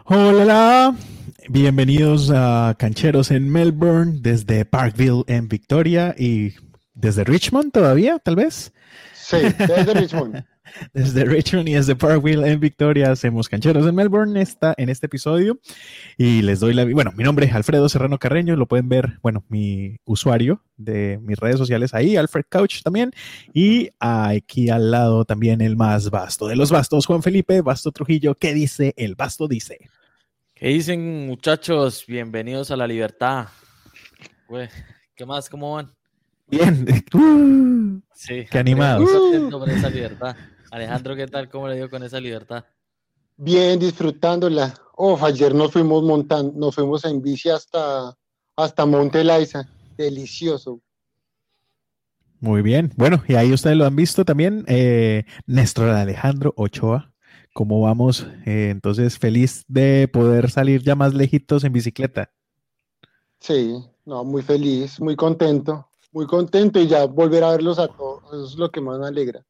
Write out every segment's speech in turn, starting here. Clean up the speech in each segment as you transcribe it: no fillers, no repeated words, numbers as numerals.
Hola, bienvenidos a Cancheros en Melbourne, desde Parkville en Victoria y desde Richmond todavía, tal vez. Sí, desde Richmond. Desde Richmond y desde Parkville en Victoria hacemos Cancheros en Melbourne en este episodio y les doy bueno, mi nombre es Alfredo Serrano Carreño, lo pueden ver, bueno, mi usuario de mis redes sociales ahí, Alfred Couch también, y aquí al lado también el más vasto de los vastos, Juan Felipe Basto Trujillo. ¿Qué dice el vasto? Dice. ¿Qué dicen, muchachos? Bienvenidos a la libertad. Güey, ¿qué más? ¿Cómo van? Bien. Sí, Qué Andrea muy animados. contento por esa libertad. Alejandro, ¿qué tal? ¿Cómo le dio con esa libertad? Bien, disfrutándola. Ayer nos fuimos en bici hasta Monte Laiza. Delicioso. Muy bien. Bueno, y ahí ustedes lo han visto también. Néstor Alejandro Ochoa. ¿Cómo vamos? Entonces, feliz de poder salir ya más lejitos en bicicleta. Sí, no, muy feliz, muy contento y ya volver a verlos a todos. Eso es lo que más me alegra.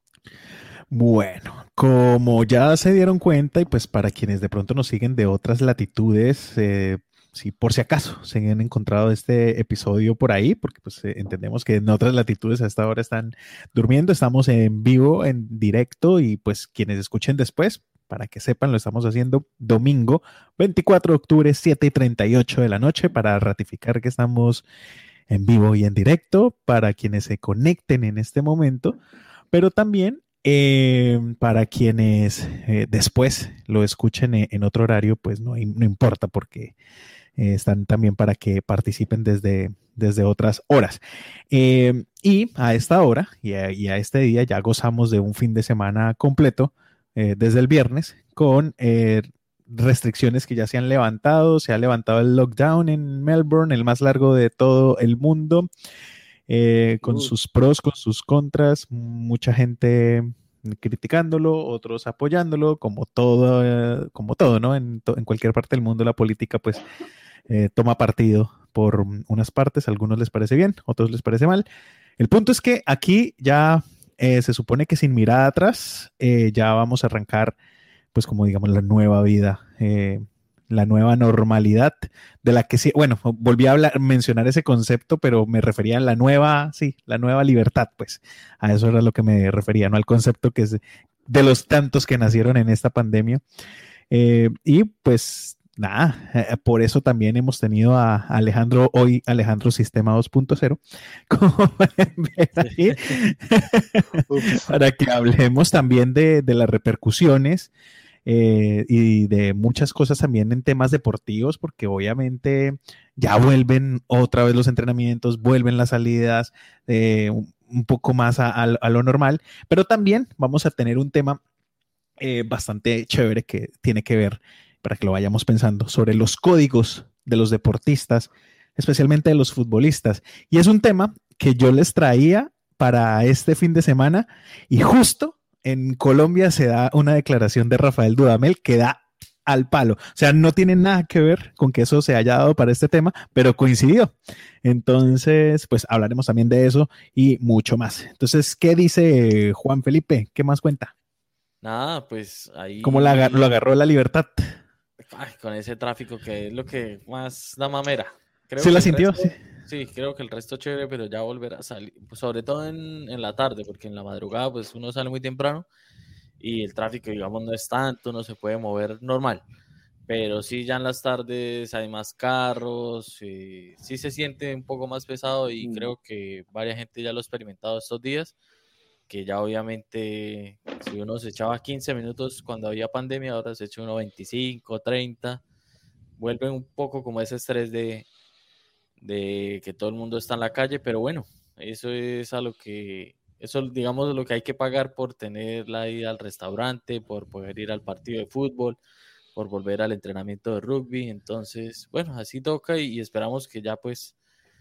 Bueno, como ya se dieron cuenta, y pues para quienes de pronto nos siguen de otras latitudes, si por si acaso se han encontrado este episodio por ahí, porque pues entendemos que en otras latitudes a esta hora están durmiendo, estamos en vivo, en directo, y pues quienes escuchen después, para que sepan, lo estamos haciendo domingo 24 de octubre, 7:38 de la noche, para ratificar que estamos en vivo y en directo, para quienes se conecten en este momento, pero también para quienes después lo escuchen en otro horario, pues no importa porque están también para que participen desde otras horas. Y a esta hora y a este día ya gozamos de un fin de semana completo desde el viernes con restricciones que ya se han levantado. Se ha levantado el lockdown en Melbourne, el más largo de todo el mundo, con Uh, sus pros, con sus contras, mucha gente criticándolo, otros apoyándolo, como todo, ¿no? En cualquier parte del mundo la política pues toma partido por unas partes, a algunos les parece bien, otros les parece mal. El punto es que aquí ya se supone que sin mirada atrás, ya vamos a arrancar pues como digamos la nueva vida, la nueva normalidad de la que sí, bueno, volví a mencionar ese concepto, pero me refería a la nueva, sí, la nueva libertad, pues a eso era lo que me refería, no al concepto que es de los tantos que nacieron en esta pandemia. Y pues nada, por eso también hemos tenido a Alejandro hoy, Alejandro Sistema 2.0, como pueden ver ahí, ups. para que hablemos también de las repercusiones y de muchas cosas también en temas deportivos, porque obviamente ya vuelven otra vez los entrenamientos, vuelven las salidas, un poco más a lo normal, pero también vamos a tener un tema bastante chévere que tiene que ver, para que lo vayamos pensando, sobre los códigos de los deportistas, especialmente de los futbolistas. Y es un tema que yo les traía para este fin de semana y justo en Colombia se da una declaración de Rafael Dudamel que da al palo. O sea, no tiene nada que ver con que eso se haya dado para este tema, pero coincidió. Entonces, pues hablaremos también de eso y mucho más. Entonces, ¿qué dice Juan Felipe? ¿Qué más cuenta? Nada, pues ¿Cómo lo ahí, agarró la libertad? con ese tráfico que es lo que más da mamera. Creo ¿Se que la el sintió? Sí. resto, sí, creo que el resto chévere, pero ya volver a salir, pues sobre todo en la tarde, porque en la madrugada pues uno sale muy temprano y el tráfico, digamos, no es tanto, no se puede mover normal. Pero sí, ya en las tardes hay más carros, sí se siente un poco más pesado y creo que varias gente ya lo ha experimentado estos días, que ya obviamente si uno se echaba 15 minutos cuando había pandemia, ahora se echa uno 25, 30, vuelve un poco como ese estrés de que todo el mundo está en la calle, pero bueno, eso es a lo que, eso digamos lo que hay que pagar por tener la ida al restaurante, por poder ir al partido de fútbol, por volver al entrenamiento de rugby. Entonces, bueno, así toca y esperamos que ya pues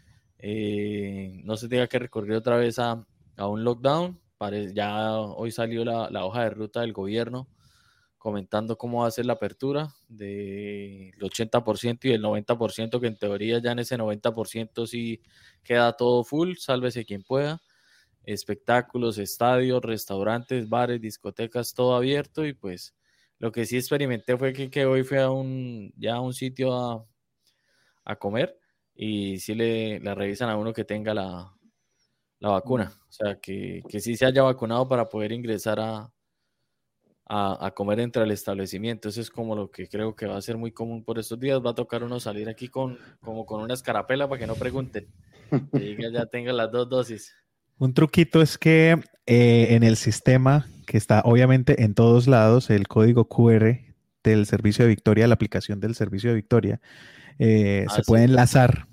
no se tenga que recurrir otra vez a un lockdown. Ya hoy salió la hoja de ruta del gobierno comentando cómo va a ser la apertura del 80% y el 90%, que en teoría ya en ese 90% sí queda todo full, sálvese quien pueda. Espectáculos, estadios, restaurantes, bares, discotecas, todo abierto y pues Lo que sí experimenté fue que hoy fui a un sitio a comer y sí le revisan a uno que tenga la vacuna. O sea, que sí se haya vacunado para poder ingresar a comer dentro del establecimiento. Eso es como lo que creo que va a ser muy común por estos días. Va a tocar uno salir aquí como con una escarapela para que no pregunten. Que diga ya tenga las 2 dosis. Un truquito es que en el sistema, que está obviamente en todos lados, el código QR del servicio de Victoria, la aplicación del servicio de Victoria, se puede enlazar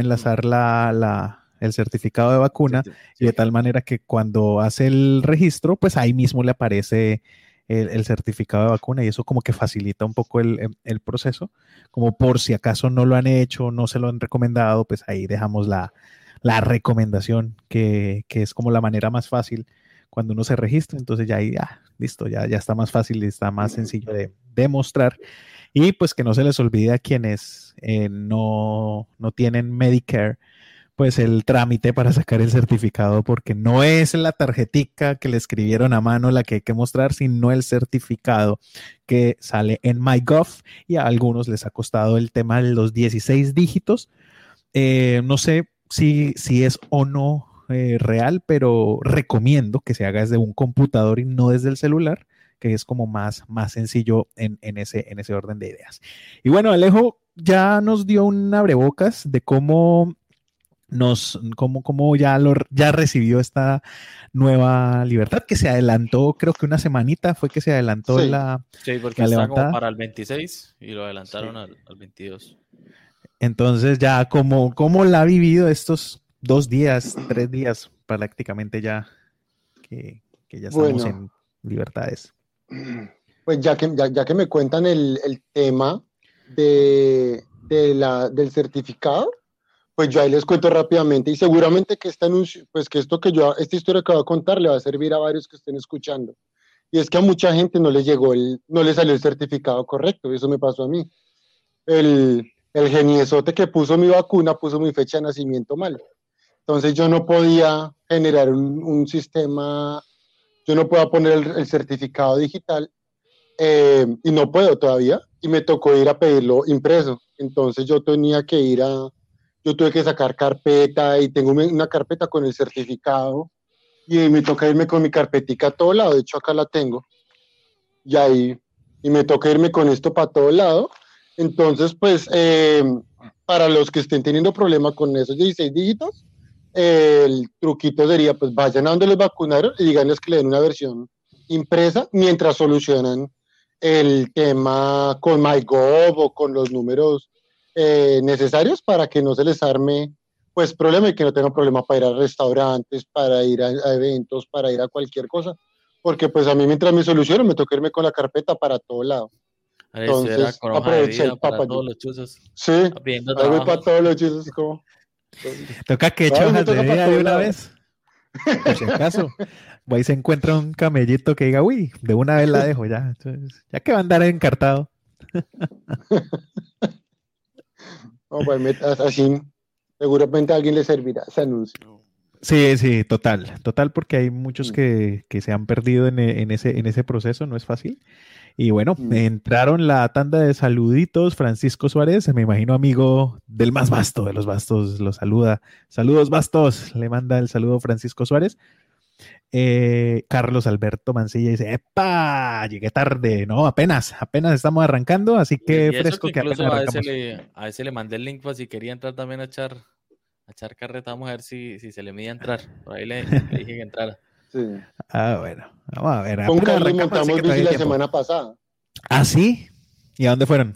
el certificado de vacuna, y de tal manera que cuando hace el registro, pues ahí mismo le aparece el certificado de vacuna, y eso como que facilita un poco el proceso, como por si acaso no lo han hecho, no se lo han recomendado, pues ahí dejamos la recomendación, que es como la manera más fácil cuando uno se registra. Entonces ya ahí, listo, ya está más fácil y está más sencillo de demostrar. Y pues que no se les olvide a quienes no tienen Medicare, pues el trámite para sacar el certificado, porque no es la tarjetica que le escribieron a mano la que hay que mostrar, sino el certificado que sale en MyGov, y a algunos les ha costado el tema de los 16 dígitos. No sé si es o no real, pero recomiendo que se haga desde un computador y no desde el celular, que es como más sencillo en ese orden de ideas. Y bueno, Alejo ya nos dio un abrebocas de cómo ya recibió esta nueva libertad, que se adelantó, creo que una semanita fue que se adelantó la porque está como para el 26 y lo adelantaron al 22. Entonces ya cómo la ha vivido estos 2 días, 3 días prácticamente ya que ya estamos en libertades. Pues ya que me cuentan el tema del certificado, pues yo ahí les cuento rápidamente, y seguramente que esta historia que voy a contar le va a servir a varios que estén escuchando. Y es que a mucha gente no les salió el certificado correcto, eso me pasó a mí. El geniesote que puso mi vacuna puso mi fecha de nacimiento mal. Entonces yo no podía generar un sistema, yo no puedo poner el certificado digital, y no puedo todavía, y me tocó ir a pedirlo impreso. Entonces yo tuve que sacar carpeta, y tengo una carpeta con el certificado, y me toca irme con mi carpetica a todo lado. De hecho acá la tengo, y me toca irme con esto para todo lado. Entonces pues para los que estén teniendo problema con esos 16 dígitos, el truquito sería, pues vayan a donde los vacunaron y díganles que le den una versión impresa mientras solucionan el tema con MyGov o con los números necesarios, para que no se les arme pues problema, y que no tengan problema para ir a restaurantes, para ir a eventos, para ir a cualquier cosa, porque pues a mí mientras me soluciono me toca irme con la carpeta para todo lado. Entonces aproveché el para todos los chuzos. Sí, ahí voy para todos los chuzos como... Toca que eche hojas de vida de una vez. Por si acaso. Ahí se encuentra un camellito que diga, uy, de una vez la dejo ya. Entonces, ya que va a andar encartado. No, pues así seguramente a alguien le servirá ese anuncio. Sí, total, porque hay muchos que se han perdido en ese proceso, no es fácil. Y bueno, entraron la tanda de saluditos. Francisco Suárez, me imagino amigo del más vasto de los bastos, lo saluda. Saludos bastos, le manda el saludo Francisco Suárez. Carlos Alberto Mancilla dice, ¡epa! Llegué tarde, no, apenas estamos arrancando, así que fresco que apenas arrancamos. A ese le mandé el link para si quería entrar también a echar carreta. Vamos a ver si se le mide a entrar. Por ahí le dije que entrara. Sí. Bueno, vamos a ver. Con Carlos montamos bici la semana pasada. ¿Ah, sí? ¿Y a dónde fueron?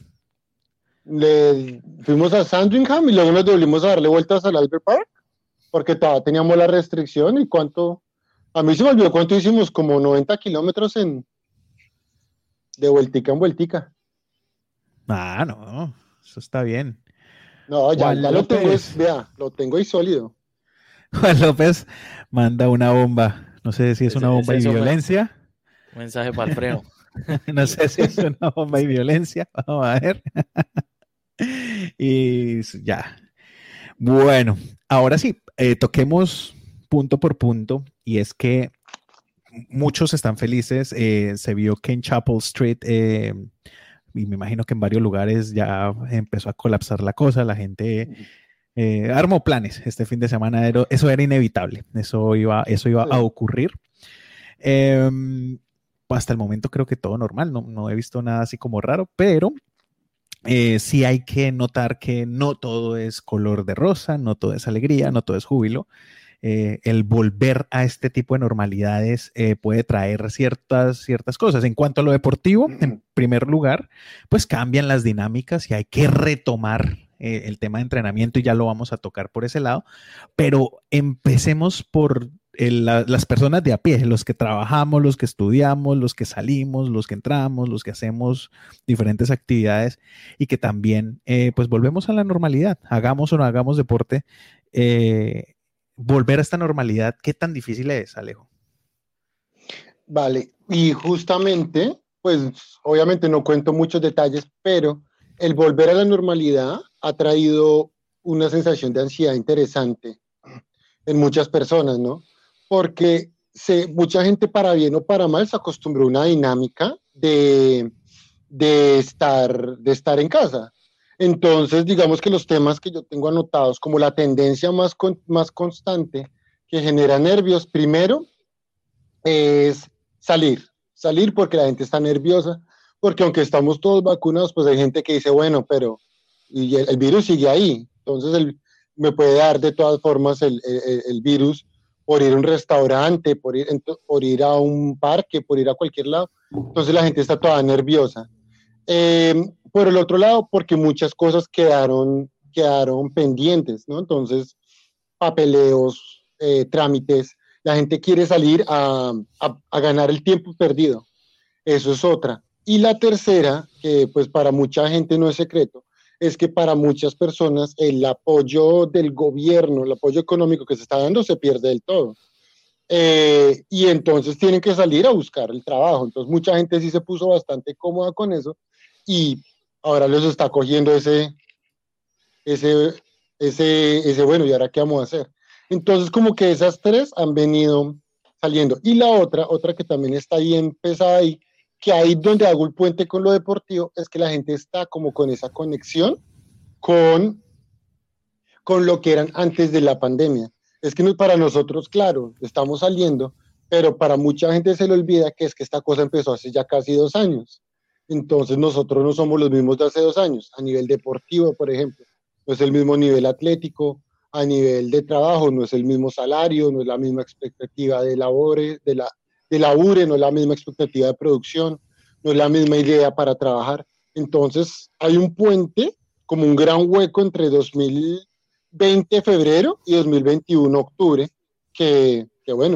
Fuimos a Sandringham y luego nos volvimos a darle vueltas al Albert Park, porque todavía teníamos la restricción. ¿Y cuánto? A mí se me olvidó cuánto hicimos, como 90 kilómetros de vueltica en vueltica. No, eso está bien. No, ya lo tengo, lo tengo ahí sólido. Juan López manda una bomba. No sé si es una bomba y violencia. Un mensaje para Alfredo. No sé si es una bomba y violencia. Vamos a ver. Y ya. Bueno, ahora sí, toquemos punto por punto. Y es que muchos están felices. Se vio que en Chapel Street, y me imagino que en varios lugares ya empezó a colapsar la cosa, la gente armó planes este fin de semana, eso era inevitable, eso iba a ocurrir. Hasta el momento creo que todo normal, no he visto nada así como raro, pero sí hay que notar que no todo es color de rosa, no todo es alegría, no todo es júbilo. El volver a este tipo de normalidades puede traer ciertas cosas. En cuanto a lo deportivo, en primer lugar, pues cambian las dinámicas y hay que retomar el tema de entrenamiento y ya lo vamos a tocar por ese lado, pero empecemos por las personas de a pie, los que trabajamos, los que estudiamos, los que salimos, los que entramos, los que hacemos diferentes actividades y que también pues volvemos a la normalidad, hagamos o no hagamos deporte, volver a esta normalidad, ¿qué tan difícil es, Alejo? Vale, y justamente, pues obviamente no cuento muchos detalles, pero el volver a la normalidad ha traído una sensación de ansiedad interesante en muchas personas, ¿no? Porque mucha gente, para bien o para mal, se acostumbró a una dinámica de estar en casa. Entonces, digamos que los temas que yo tengo anotados como la tendencia más constante que genera nervios, primero, es salir porque la gente está nerviosa, porque aunque estamos todos vacunados, pues hay gente que dice, bueno, pero y el virus sigue ahí, entonces me puede dar de todas formas el virus por ir a un restaurante, por ir a un parque, por ir a cualquier lado, entonces la gente está toda nerviosa. Por el otro lado, porque muchas cosas quedaron pendientes, ¿no? Entonces, papeleos, trámites, la gente quiere salir a ganar el tiempo perdido. Eso es otra. Y la tercera, que pues para mucha gente no es secreto, es que para muchas personas el apoyo del gobierno, el apoyo económico que se está dando se pierde del todo. Y entonces tienen que salir a buscar el trabajo. Entonces mucha gente sí se puso bastante cómoda con eso y ahora les está cogiendo ese bueno, ¿y ahora qué vamos a hacer? Entonces como que esas tres han venido saliendo. Y la otra que también está bien pesada ahí, que ahí donde hago el puente con lo deportivo, es que la gente está como con esa conexión con lo que eran antes de la pandemia. Es que para nosotros, claro, estamos saliendo, pero para mucha gente se le olvida que es que esta cosa empezó hace ya casi 2 años. Entonces nosotros no somos los mismos de hace 2 años, a nivel deportivo, por ejemplo. No es el mismo nivel atlético, a nivel de trabajo, no es el mismo salario, no es la misma expectativa de labore, no es la misma expectativa de producción, no es la misma idea para trabajar. Entonces hay un puente, como un gran hueco entre 2020 febrero y 2021 octubre, que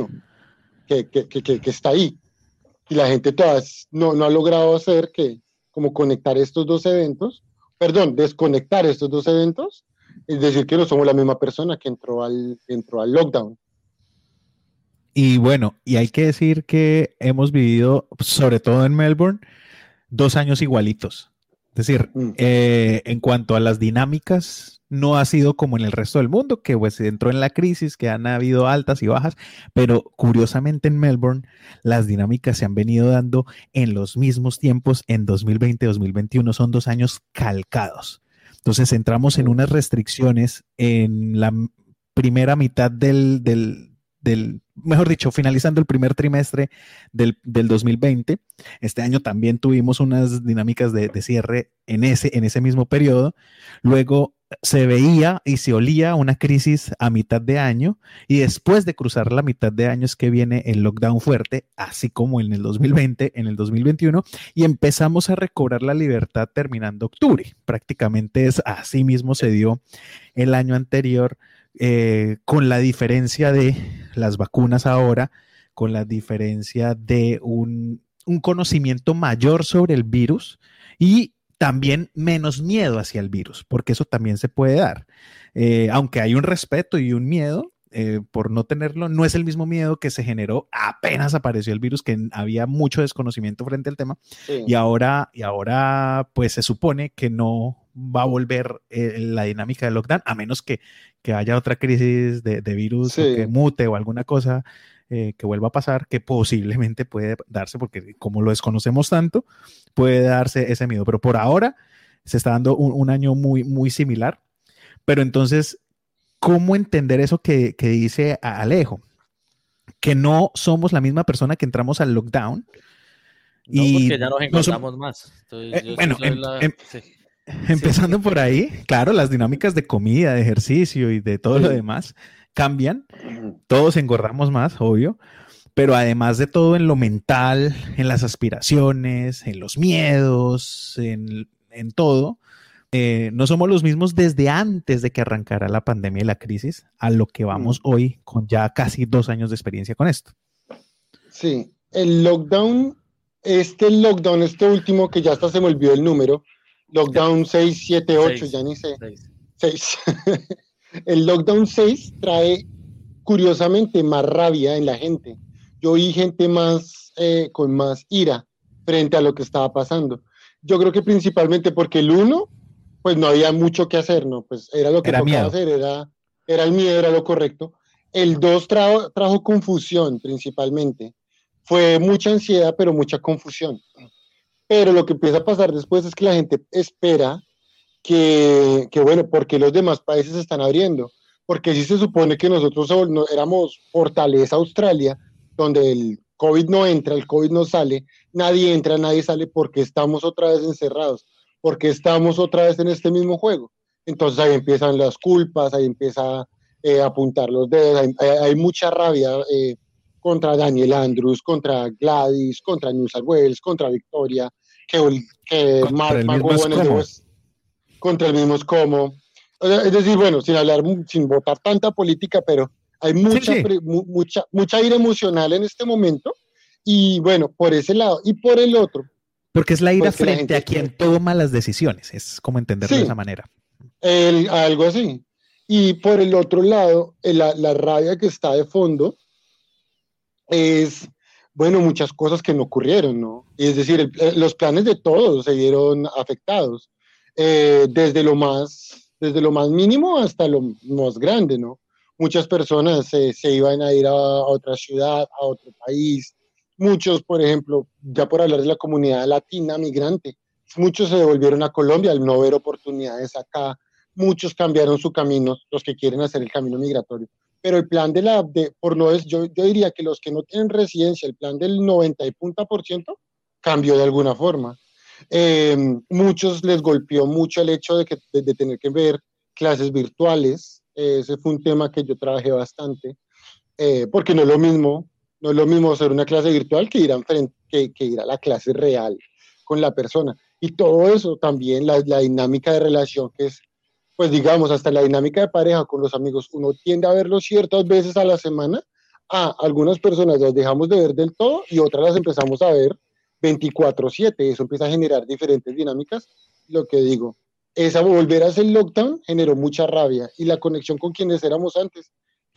está ahí. Y la gente todavía no ha logrado hacer como conectar estos dos eventos, desconectar estos dos eventos, es decir, que no somos la misma persona que entró al lockdown. Y bueno, y hay que decir que hemos vivido, sobre todo en Melbourne, 2 años igualitos. Es decir, en cuanto a las dinámicas, no ha sido como en el resto del mundo, que pues entró en la crisis, que han habido altas y bajas, pero curiosamente en Melbourne las dinámicas se han venido dando en los mismos tiempos en 2020-2021, son 2 años calcados. Entonces entramos en unas restricciones en la primera mitad mejor dicho, finalizando el primer trimestre del 2020. Este año también tuvimos unas dinámicas de cierre en ese mismo periodo. Luego se veía y se olía una crisis a mitad de año y después de cruzar la mitad de año es que viene el lockdown fuerte, así como en el 2020, en el 2021, y empezamos a recobrar la libertad terminando octubre. Prácticamente así mismo se dio el año anterior. Con la diferencia de las vacunas ahora, con la diferencia de un conocimiento mayor sobre el virus y también menos miedo hacia el virus, porque eso también se puede dar. Aunque hay un respeto y un miedo por no tenerlo, no es el mismo miedo que se generó apenas apareció el virus, que había mucho desconocimiento frente al tema, sí. y ahora pues se supone que no va a volver la dinámica del lockdown, a menos que haya otra crisis de virus, sí, o que mute o alguna cosa que vuelva a pasar, que posiblemente puede darse, porque como lo desconocemos tanto, puede darse ese miedo. Pero por ahora se está dando un año muy, muy similar. Pero entonces, ¿cómo entender eso que dice Alejo? Que no somos la misma persona que entramos al lockdown. No, y porque ya nos engordamos más. Entonces, bueno, sí. empezando por ahí, claro, las dinámicas de comida, de ejercicio y de todo lo demás cambian. Todos engordamos más, obvio. Pero además de todo, en lo mental, en las aspiraciones, en los miedos, en todo, no somos los mismos desde antes de que arrancara la pandemia y la crisis a lo que vamos hoy con ya casi 2 años de experiencia con esto. Sí, el lockdown, este último que ya hasta se me olvidó el número, lockdown 6, 7, 8, ya ni sé. 6. El lockdown 6 trae curiosamente más rabia en la gente. Yo vi gente más con más ira frente a lo que estaba pasando. Yo creo que principalmente porque el 1, pues no había mucho que hacer, ¿no? Pues era lo que tocaba hacer, era el miedo, era lo correcto. El 2 trajo confusión principalmente. Fue mucha ansiedad, pero mucha confusión. Pero lo que empieza a pasar después es que la gente espera que bueno, porque los demás países se están abriendo. Porque si se supone que nosotros éramos Fortaleza Australia, donde el COVID no entra, el COVID no sale, nadie entra, nadie sale, porque estamos otra vez encerrados, porque estamos otra vez en este mismo juego. Entonces ahí empiezan las culpas, ahí empieza a apuntar los dedos, hay mucha rabia contra Daniel Andrews, contra Gladys, contra New South Wales, contra Victoria, que contra el mismo Escomo. Contra el mismo Escomo. Es decir, bueno, sin votar tanta política, pero hay mucha ira emocional en este momento. Y bueno, por ese lado. Y por el otro. Porque es la ira pues frente a quien toma las decisiones. Es como entenderlo de esa manera. Algo así. Y por el otro lado, la rabia que está de fondo es, bueno, muchas cosas que no ocurrieron, ¿no? Y es decir, los planes de todos se vieron afectados. Desde lo más mínimo hasta lo más grande, ¿no? Muchas personas se iban a ir a otra ciudad, a otro país. Muchos, por ejemplo, ya por hablar de la comunidad latina migrante, muchos se devolvieron a Colombia al no ver oportunidades acá. Muchos cambiaron su camino, los que quieren hacer el camino migratorio. Pero el plan yo diría que los que no tienen residencia, el plan del 90% cambió de alguna forma. Muchos les golpeó mucho el hecho de tener que ver clases virtuales. Ese fue un tema que yo trabajé bastante, porque no es lo mismo hacer una clase virtual que ir a la clase real con la persona. Y todo eso también, la dinámica de relación, que es, pues digamos, hasta la dinámica de pareja con los amigos, uno tiende a verlos ciertas veces a la semana. Algunas personas las dejamos de ver del todo y otras las empezamos a ver 24/7, eso empieza a generar diferentes dinámicas. Lo que digo, volver a hacer lockdown generó mucha rabia, y la conexión con quienes éramos antes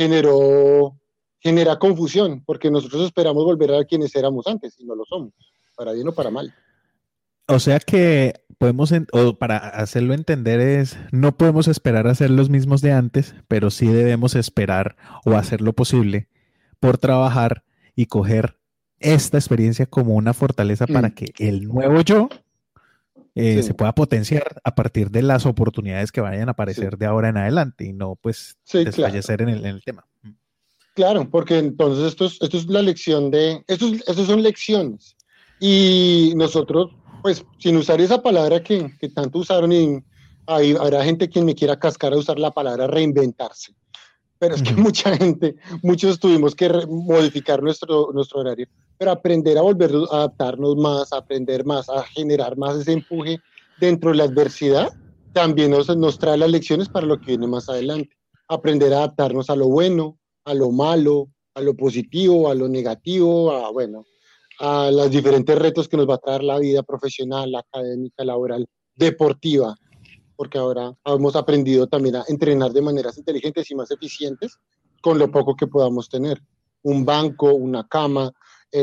genera confusión, porque nosotros esperamos volver a quienes éramos antes y no lo somos, para bien o para mal. O sea que o para hacerlo entender no podemos esperar a ser los mismos de antes, pero sí debemos esperar o hacer lo posible por trabajar y coger esta experiencia como una fortaleza para que el nuevo yo se pueda potenciar a partir de las oportunidades que vayan a aparecer de ahora en adelante, y no pues desfallecer en el tema. Claro, porque entonces esto es la lección estos son lecciones, y nosotros, pues sin usar esa palabra que tanto usaron, y habrá gente quien me quiera cascar a usar la palabra reinventarse, pero es que muchos tuvimos que modificar nuestro horario, pero aprender a adaptarnos más, a aprender más, a generar más ese empuje dentro de la adversidad, también nos trae las lecciones para lo que viene más adelante. Aprender a adaptarnos a lo bueno, a lo malo, a lo positivo, a lo negativo, a los diferentes retos que nos va a traer la vida profesional, académica, laboral, deportiva, porque ahora hemos aprendido también a entrenar de maneras inteligentes y más eficientes con lo poco que podamos tener. Un banco, una cama,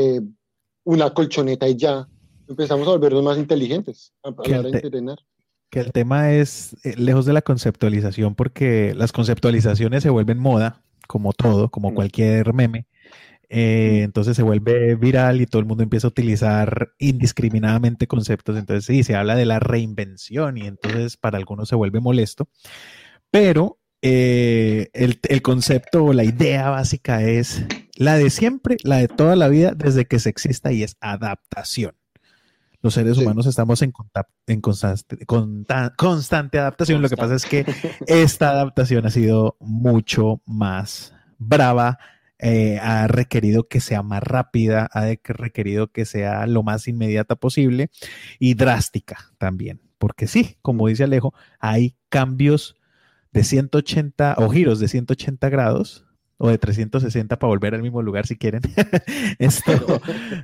una colchoneta, y ya empezamos a volvernos más inteligentes a la hora de entrenar. Que el tema es lejos de la conceptualización, porque las conceptualizaciones se vuelven moda, como todo, como cualquier meme. Entonces se vuelve viral y todo el mundo empieza a utilizar indiscriminadamente conceptos. Entonces sí, se habla de la reinvención y entonces para algunos se vuelve molesto. Pero el concepto o la idea básica es la de siempre, la de toda la vida, desde que se exista, y es adaptación. Los seres humanos estamos en constante adaptación. Lo que pasa es que esta adaptación ha sido mucho más brava, ha requerido que sea más rápida, ha requerido que sea lo más inmediata posible y drástica también. Porque sí, como dice Alejo, hay cambios de 180 o giros de 180 grados o de 360 para volver al mismo lugar si quieren. Esto,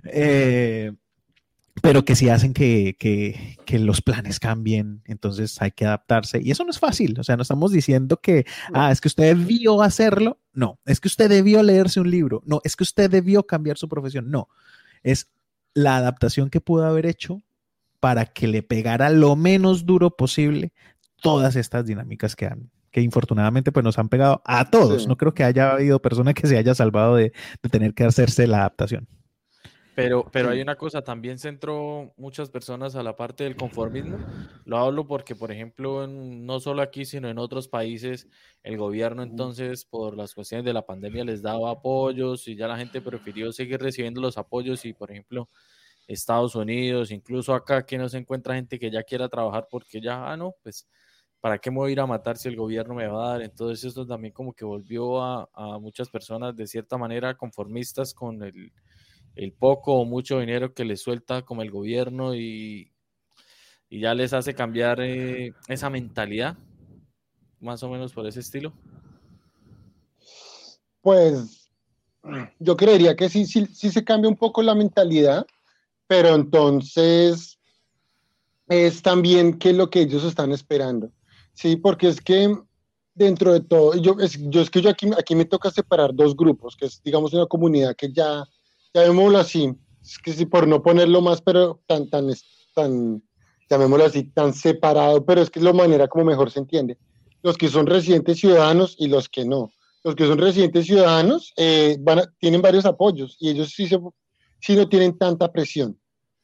pero que sí hacen que los planes cambien, entonces hay que adaptarse. Y eso no es fácil, o sea, no estamos diciendo que, es que usted debió hacerlo, no, es que usted debió leerse un libro, no, es que usted debió cambiar su profesión, no, es la adaptación que pudo haber hecho para que le pegara lo menos duro posible todas estas dinámicas que infortunadamente pues nos han pegado a todos. Sí. No creo que haya habido persona que se haya salvado de tener que hacerse la adaptación. Pero hay una cosa, también se entró muchas personas a la parte del conformismo. Lo hablo porque, por ejemplo, no solo aquí, sino en otros países, el gobierno entonces, por las cuestiones de la pandemia, les daba apoyos y ya la gente prefirió seguir recibiendo los apoyos y, por ejemplo, Estados Unidos, incluso acá que no se encuentra gente que ya quiera trabajar porque ya, no, pues, ¿para qué me voy a ir a matar si el gobierno me va a dar? Entonces esto también como que volvió a muchas personas de cierta manera conformistas con el poco o mucho dinero que les suelta como el gobierno y ya les hace cambiar esa mentalidad, más o menos por ese estilo. Pues yo creería que sí se cambia un poco la mentalidad, pero entonces es también qué es lo que ellos están esperando, ¿sí? Porque es que dentro de todo, yo aquí me toca separar dos grupos, que es, digamos, una comunidad que ya llamémoslo así, es que sí, por no ponerlo más, pero tan, llamémoslo así, tan separado, pero es que es la manera como mejor se entiende. Los que son residentes ciudadanos y los que no. Los que son residentes ciudadanos tienen varios apoyos y ellos sí no tienen tanta presión.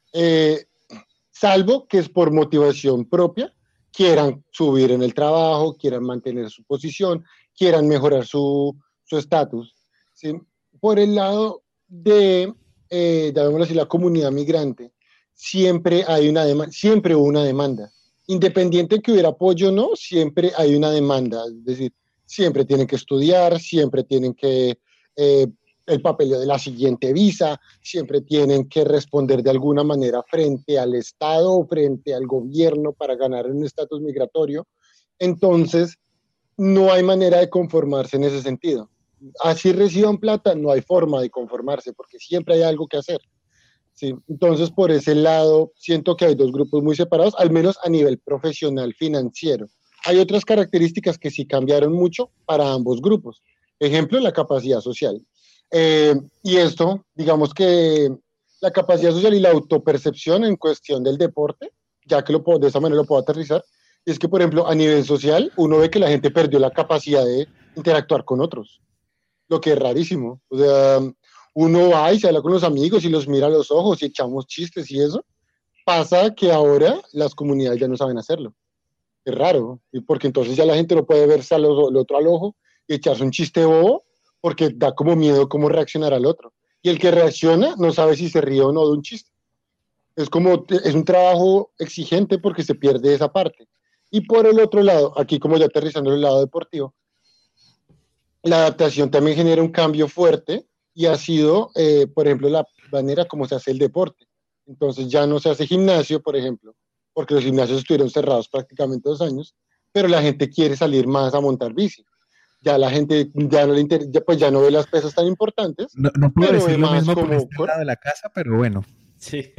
Salvo que es por motivación propia, quieran subir en el trabajo, quieran mantener su posición, quieran mejorar su estatus. ¿Sí? Por el lado de, llamémoslo así, la comunidad migrante, siempre hubo una demanda. Independiente de que hubiera apoyo o no, siempre hay una demanda. Es decir, siempre tienen que estudiar, siempre tienen que el papel de la siguiente visa, siempre tienen que responder de alguna manera frente al Estado o frente al gobierno para ganar un estatus migratorio. Entonces, no hay manera de conformarse en ese sentido. Así reciban plata, no hay forma de conformarse porque siempre hay algo que hacer. ¿Sí? Entonces, por ese lado, siento que hay dos grupos muy separados, al menos a nivel profesional financiero. Hay otras características que sí cambiaron mucho para ambos grupos. Ejemplo, la capacidad social. Y esto, digamos que la capacidad social y la autopercepción en cuestión del deporte, ya que de esa manera lo puedo aterrizar, es que, por ejemplo, a nivel social, uno ve que la gente perdió la capacidad de interactuar con otros, lo que es rarísimo. O sea, uno va y se habla con los amigos y los mira a los ojos y echamos chistes y eso. Pasa que ahora las comunidades ya no saben hacerlo. Es raro, porque entonces ya la gente no puede verse al otro al ojo y echarse un chiste bobo porque da como miedo cómo reaccionar al otro. Y el que reacciona no sabe si se ríe o no de un chiste. Es un trabajo exigente porque se pierde esa parte. Y por el otro lado, aquí como ya aterrizando el lado deportivo, la adaptación también genera un cambio fuerte y ha sido, por ejemplo, la manera como se hace el deporte. Entonces ya no se hace gimnasio, por ejemplo, porque los gimnasios estuvieron cerrados prácticamente 2 años, pero la gente quiere salir más a montar bici. Ya la gente ya no le pues ya no ve las pesas tan importantes. No puedo decir lo mismo por este lado de la casa, pero bueno. Sí.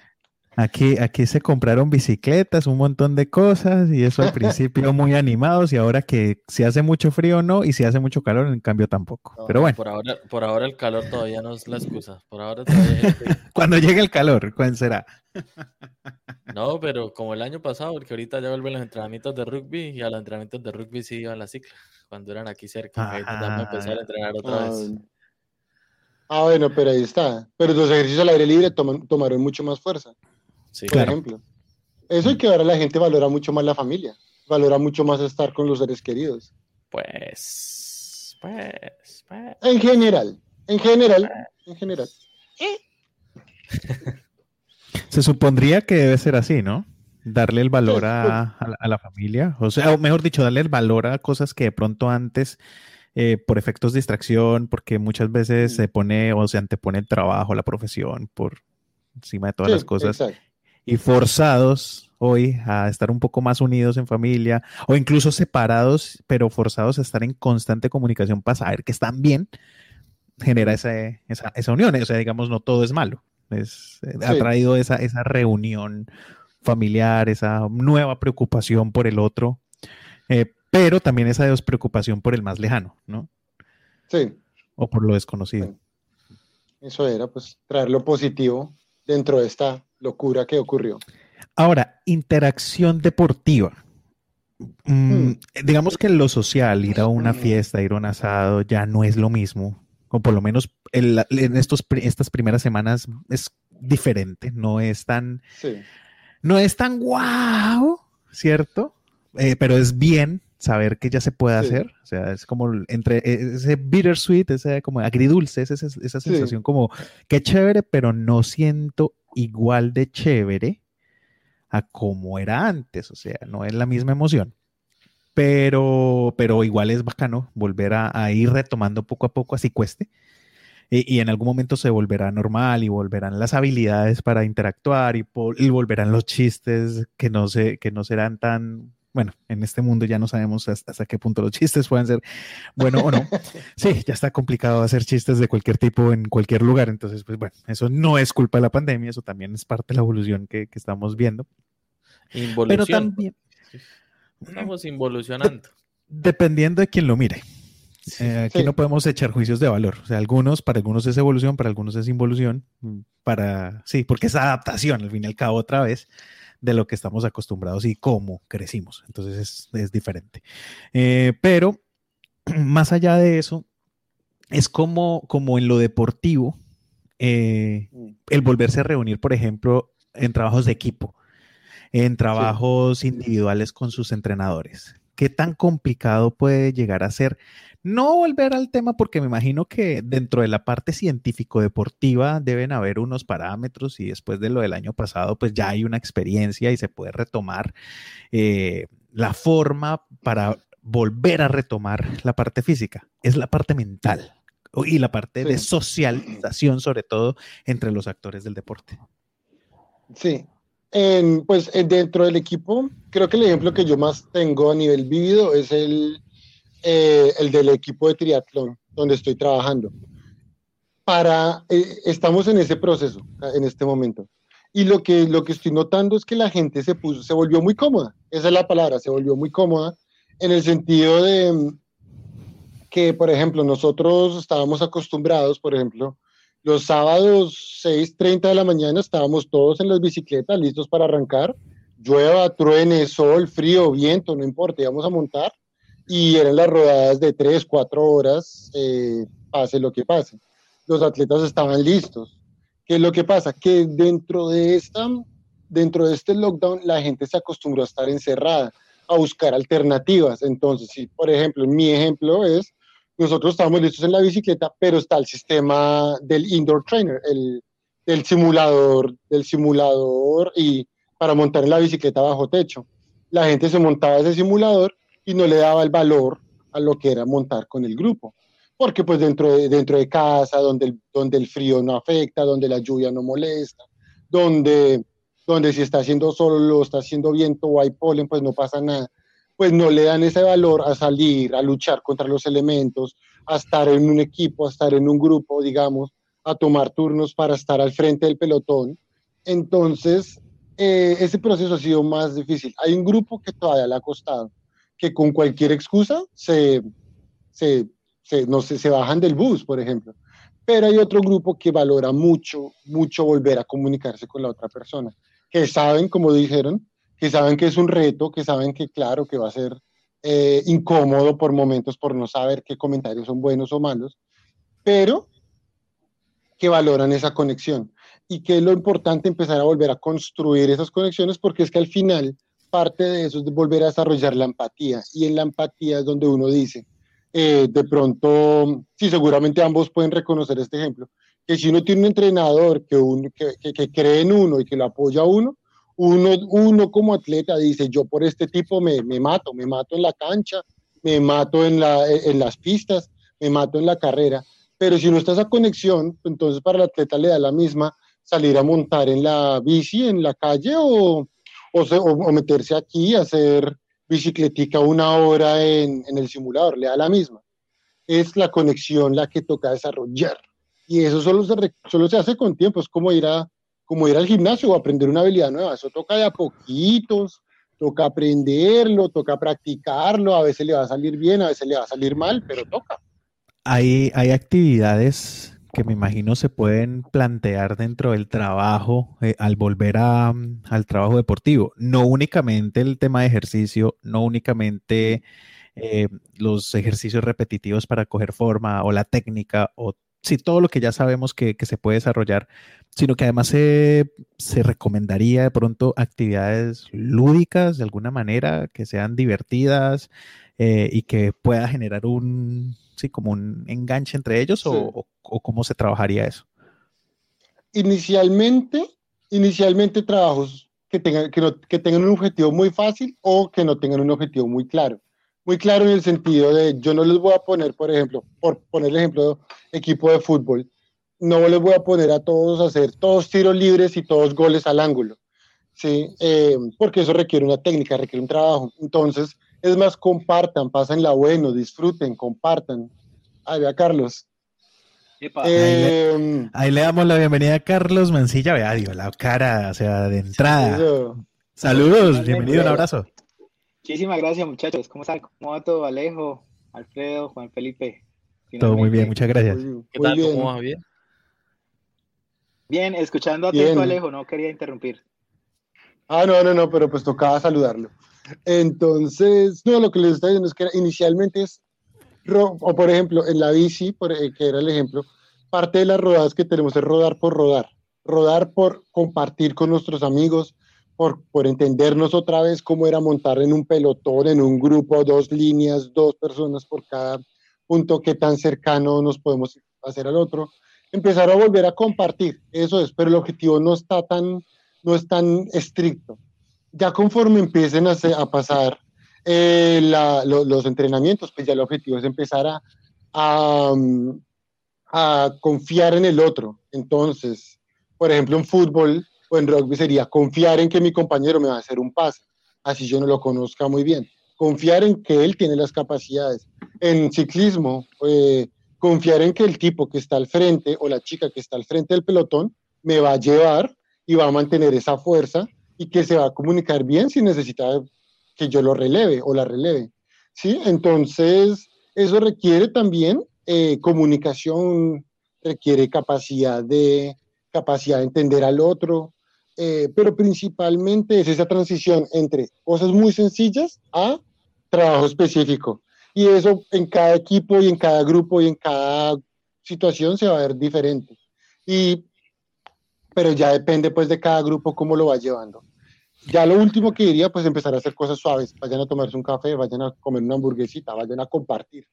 Aquí se compraron bicicletas, un montón de cosas, y eso al principio muy animados, y ahora que si hace mucho frío no, y si hace mucho calor, en cambio tampoco. No, pero bueno. Por ahora el calor todavía no es la excusa. Por ahora todavía Cuando llegue el calor, ¿cuál será? No, pero como el año pasado, porque ahorita ya vuelven los entrenamientos de rugby, y a los entrenamientos de rugby sí iba a la cicla, cuando eran aquí cerca, ahí donde vamos a empezar a entrenar otra vez. Ah, bueno, pero ahí está. Pero los ejercicios al aire libre tomaron mucho más fuerza, Sí. por Claro. ejemplo. Eso y que ahora la gente valora mucho más la familia, valora mucho más estar con los seres queridos. Pues. En general, en general, en general. Se supondría que debe ser así, ¿no? Darle el valor Sí, pues, a la familia, o sea, o mejor dicho, darle el valor a cosas que de pronto antes, por efectos de distracción, porque muchas veces se pone o se antepone el trabajo, la profesión, por encima de todas las sí, cosas, exacto. y forzados hoy a estar un poco más unidos en familia, o incluso separados, pero forzados a estar en constante comunicación para saber que están bien, genera esa unión. O sea, digamos, no todo es malo. Ha Sí, traído esa reunión familiar, esa nueva preocupación por el otro, pero también esa despreocupación por el más lejano, ¿no? sí. O por lo desconocido. Bueno, eso era pues traer lo positivo dentro de esta locura que ocurrió. Ahora, interacción deportiva. Hmm. Digamos que lo social, ir a una fiesta, ir a un asado, ya no es lo mismo. O por lo menos en estas primeras semanas es diferente, Sí, no es tan guau, ¿cierto? Pero es bien saber que ya se puede sí, hacer. O sea, es como entre ese bittersweet, ese como agridulce, esa sí, sensación como que chévere, pero no siento igual de chévere a como era antes. O sea, no es la misma emoción. Pero igual es bacano volver a ir retomando poco a poco, así cueste. Y en algún momento se volverá normal y volverán las habilidades para interactuar y volverán los chistes que no serán tan, bueno, en este mundo ya no sabemos hasta qué punto los chistes pueden ser bueno o no. Sí, ya está complicado hacer chistes de cualquier tipo en cualquier lugar. Entonces, pues bueno, eso no es culpa de la pandemia, eso también es parte de la evolución que estamos viendo. Pero Involución. también, Estamos de- involucionando. dependiendo de quien lo mire. Sí. Aquí no sí, podemos echar juicios de valor. O sea, para algunos es evolución, para algunos es involución, sí, porque es adaptación, al fin y al cabo, otra vez, de lo que estamos acostumbrados y cómo crecimos. Entonces es diferente. Pero más allá de eso, es como en lo deportivo, el volverse a reunir, por ejemplo, en trabajos de equipo, en sí. trabajos individuales con sus entrenadores. ¿Qué tan complicado puede llegar a ser? No volver al tema porque me imagino que dentro de la parte científico-deportiva deben haber unos parámetros y después de lo del año pasado pues ya hay una experiencia y se puede retomar la forma para volver a retomar la parte física. Es la parte mental y la parte de Sí, socialización sobre todo entre los actores del deporte. sí. Pues dentro del equipo, creo que el ejemplo que yo más tengo a nivel vivido es el del equipo de triatlón, donde estoy trabajando. Estamos en ese proceso, en este momento. Y lo que estoy notando es que la gente se volvió muy cómoda. Esa es la palabra, se volvió muy cómoda en el sentido de que, por ejemplo, nosotros estábamos acostumbrados, por ejemplo, los sábados 6:30 de la mañana estábamos todos en las bicicletas listos para arrancar, llueva, truene, sol, frío, viento, no importa, íbamos a montar y eran las rodadas de 3, 4 horas, pase lo que pase. Los atletas estaban listos. ¿Qué es lo que pasa? Que dentro de este lockdown la gente se acostumbró a estar encerrada, a buscar alternativas. Entonces, si por ejemplo, mi ejemplo es nosotros estábamos listos en la bicicleta, pero está el sistema del indoor trainer, del simulador y para montar en la bicicleta bajo techo. La gente se montaba ese simulador y no le daba el valor a lo que era montar con el grupo. Porque pues dentro de casa, donde el frío no afecta, donde la lluvia no molesta, donde, donde si está haciendo sol o está haciendo viento o hay polen, pues no pasa nada, pues no le dan ese valor a salir, a luchar contra los elementos, a estar en un equipo, a estar en un grupo, digamos, a tomar turnos para estar al frente del pelotón. Entonces, ese proceso ha sido más difícil. Hay un grupo que todavía le ha costado, que con cualquier excusa se, no sé, se bajan del bus, por ejemplo. Pero hay otro grupo que valora mucho, mucho volver a comunicarse con la otra persona, que saben, como dijeron, que saben que es un reto, que saben que claro, que va a ser incómodo por momentos por no saber qué comentarios son buenos o malos, pero que valoran esa conexión. Y que es lo importante empezar a volver a construir esas conexiones, porque es que al final parte de eso es de volver a desarrollar la empatía. Y en la empatía es donde uno dice, de pronto, sí, seguramente ambos pueden reconocer este ejemplo, que si uno tiene un entrenador que cree en uno y que lo apoya a uno como atleta dice, yo por este tipo me mato en la cancha, me mato en las pistas, me mato en la carrera. Pero si no está esa conexión, entonces para el atleta le da la misma salir a montar en la bici en la calle o meterse aquí a hacer bicicletica 1 hora en el simulador, le da la misma. Es la conexión la que toca desarrollar. Y eso solo se hace con tiempo, es como ir al gimnasio o aprender una habilidad nueva. Eso toca de a poquitos, toca aprenderlo, toca practicarlo, a veces le va a salir bien, a veces le va a salir mal, pero toca. Hay actividades que me imagino se pueden plantear dentro del trabajo al volver al trabajo deportivo. No únicamente el tema de ejercicio, no únicamente los ejercicios repetitivos para coger forma o la técnica o sí, todo lo que ya sabemos que se puede desarrollar, sino que además se recomendaría de pronto actividades lúdicas de alguna manera, que sean divertidas y que pueda generar sí, como un enganche entre ellos Sí. o cómo se trabajaría eso. Inicialmente trabajos que tengan un objetivo muy fácil o que no tengan un objetivo muy claro. Muy claro en el sentido de, yo no les voy a poner, por ejemplo, por poner el ejemplo, equipo de fútbol, no les voy a poner a todos a hacer todos tiros libres y todos goles al ángulo, ¿sí? Porque eso requiere una técnica, requiere un trabajo. Entonces, es más, compartan, pásenla bueno, disfruten, compartan. Ahí ve a Carlos. Ahí le damos la bienvenida a Carlos Mancilla, vea, dio la cara, o sea, de entrada. Eso. Saludos, bienvenido, un abrazo. Muchísimas gracias, muchachos. ¿Cómo están? ¿Cómo va todo? Alejo, Alfredo, Juan Felipe. Todo muy bien, muchas gracias. ¿Qué tal? ¿Cómo va? ¿Bien? Bien, escuchando atento a Alejo, no quería interrumpir. No, pero pues tocaba saludarlo. Entonces, no, lo que les estoy diciendo es que inicialmente o por ejemplo, en la bici, que era el ejemplo, parte de las rodadas que tenemos es rodar por compartir con nuestros amigos, por entendernos otra vez cómo era montar en un pelotón, en un grupo, 2 líneas, 2 personas por cada punto, qué tan cercano nos podemos hacer al otro, empezar a volver a compartir, eso es, pero el objetivo no es tan estricto. Ya conforme empiecen a pasar los entrenamientos, pues ya el objetivo es empezar a confiar en el otro. Entonces, por ejemplo, en fútbol o en rugby sería confiar en que mi compañero me va a hacer un pase, así yo no lo conozca muy bien. Confiar en que él tiene las capacidades. En ciclismo, confiar en que el tipo que está al frente o la chica que está al frente del pelotón me va a llevar y va a mantener esa fuerza y que se va a comunicar bien si necesita que yo lo releve o la releve. ¿Sí? Entonces, eso requiere también comunicación, requiere capacidad de entender al otro, pero principalmente es esa transición entre cosas muy sencillas a trabajo específico. Y eso en cada equipo y en cada grupo y en cada situación se va a ver diferente. Pero ya depende pues de cada grupo cómo lo va llevando. Ya lo último que diría, pues empezar a hacer cosas suaves. Vayan a tomarse un café, vayan a comer una hamburguesita, vayan a compartir.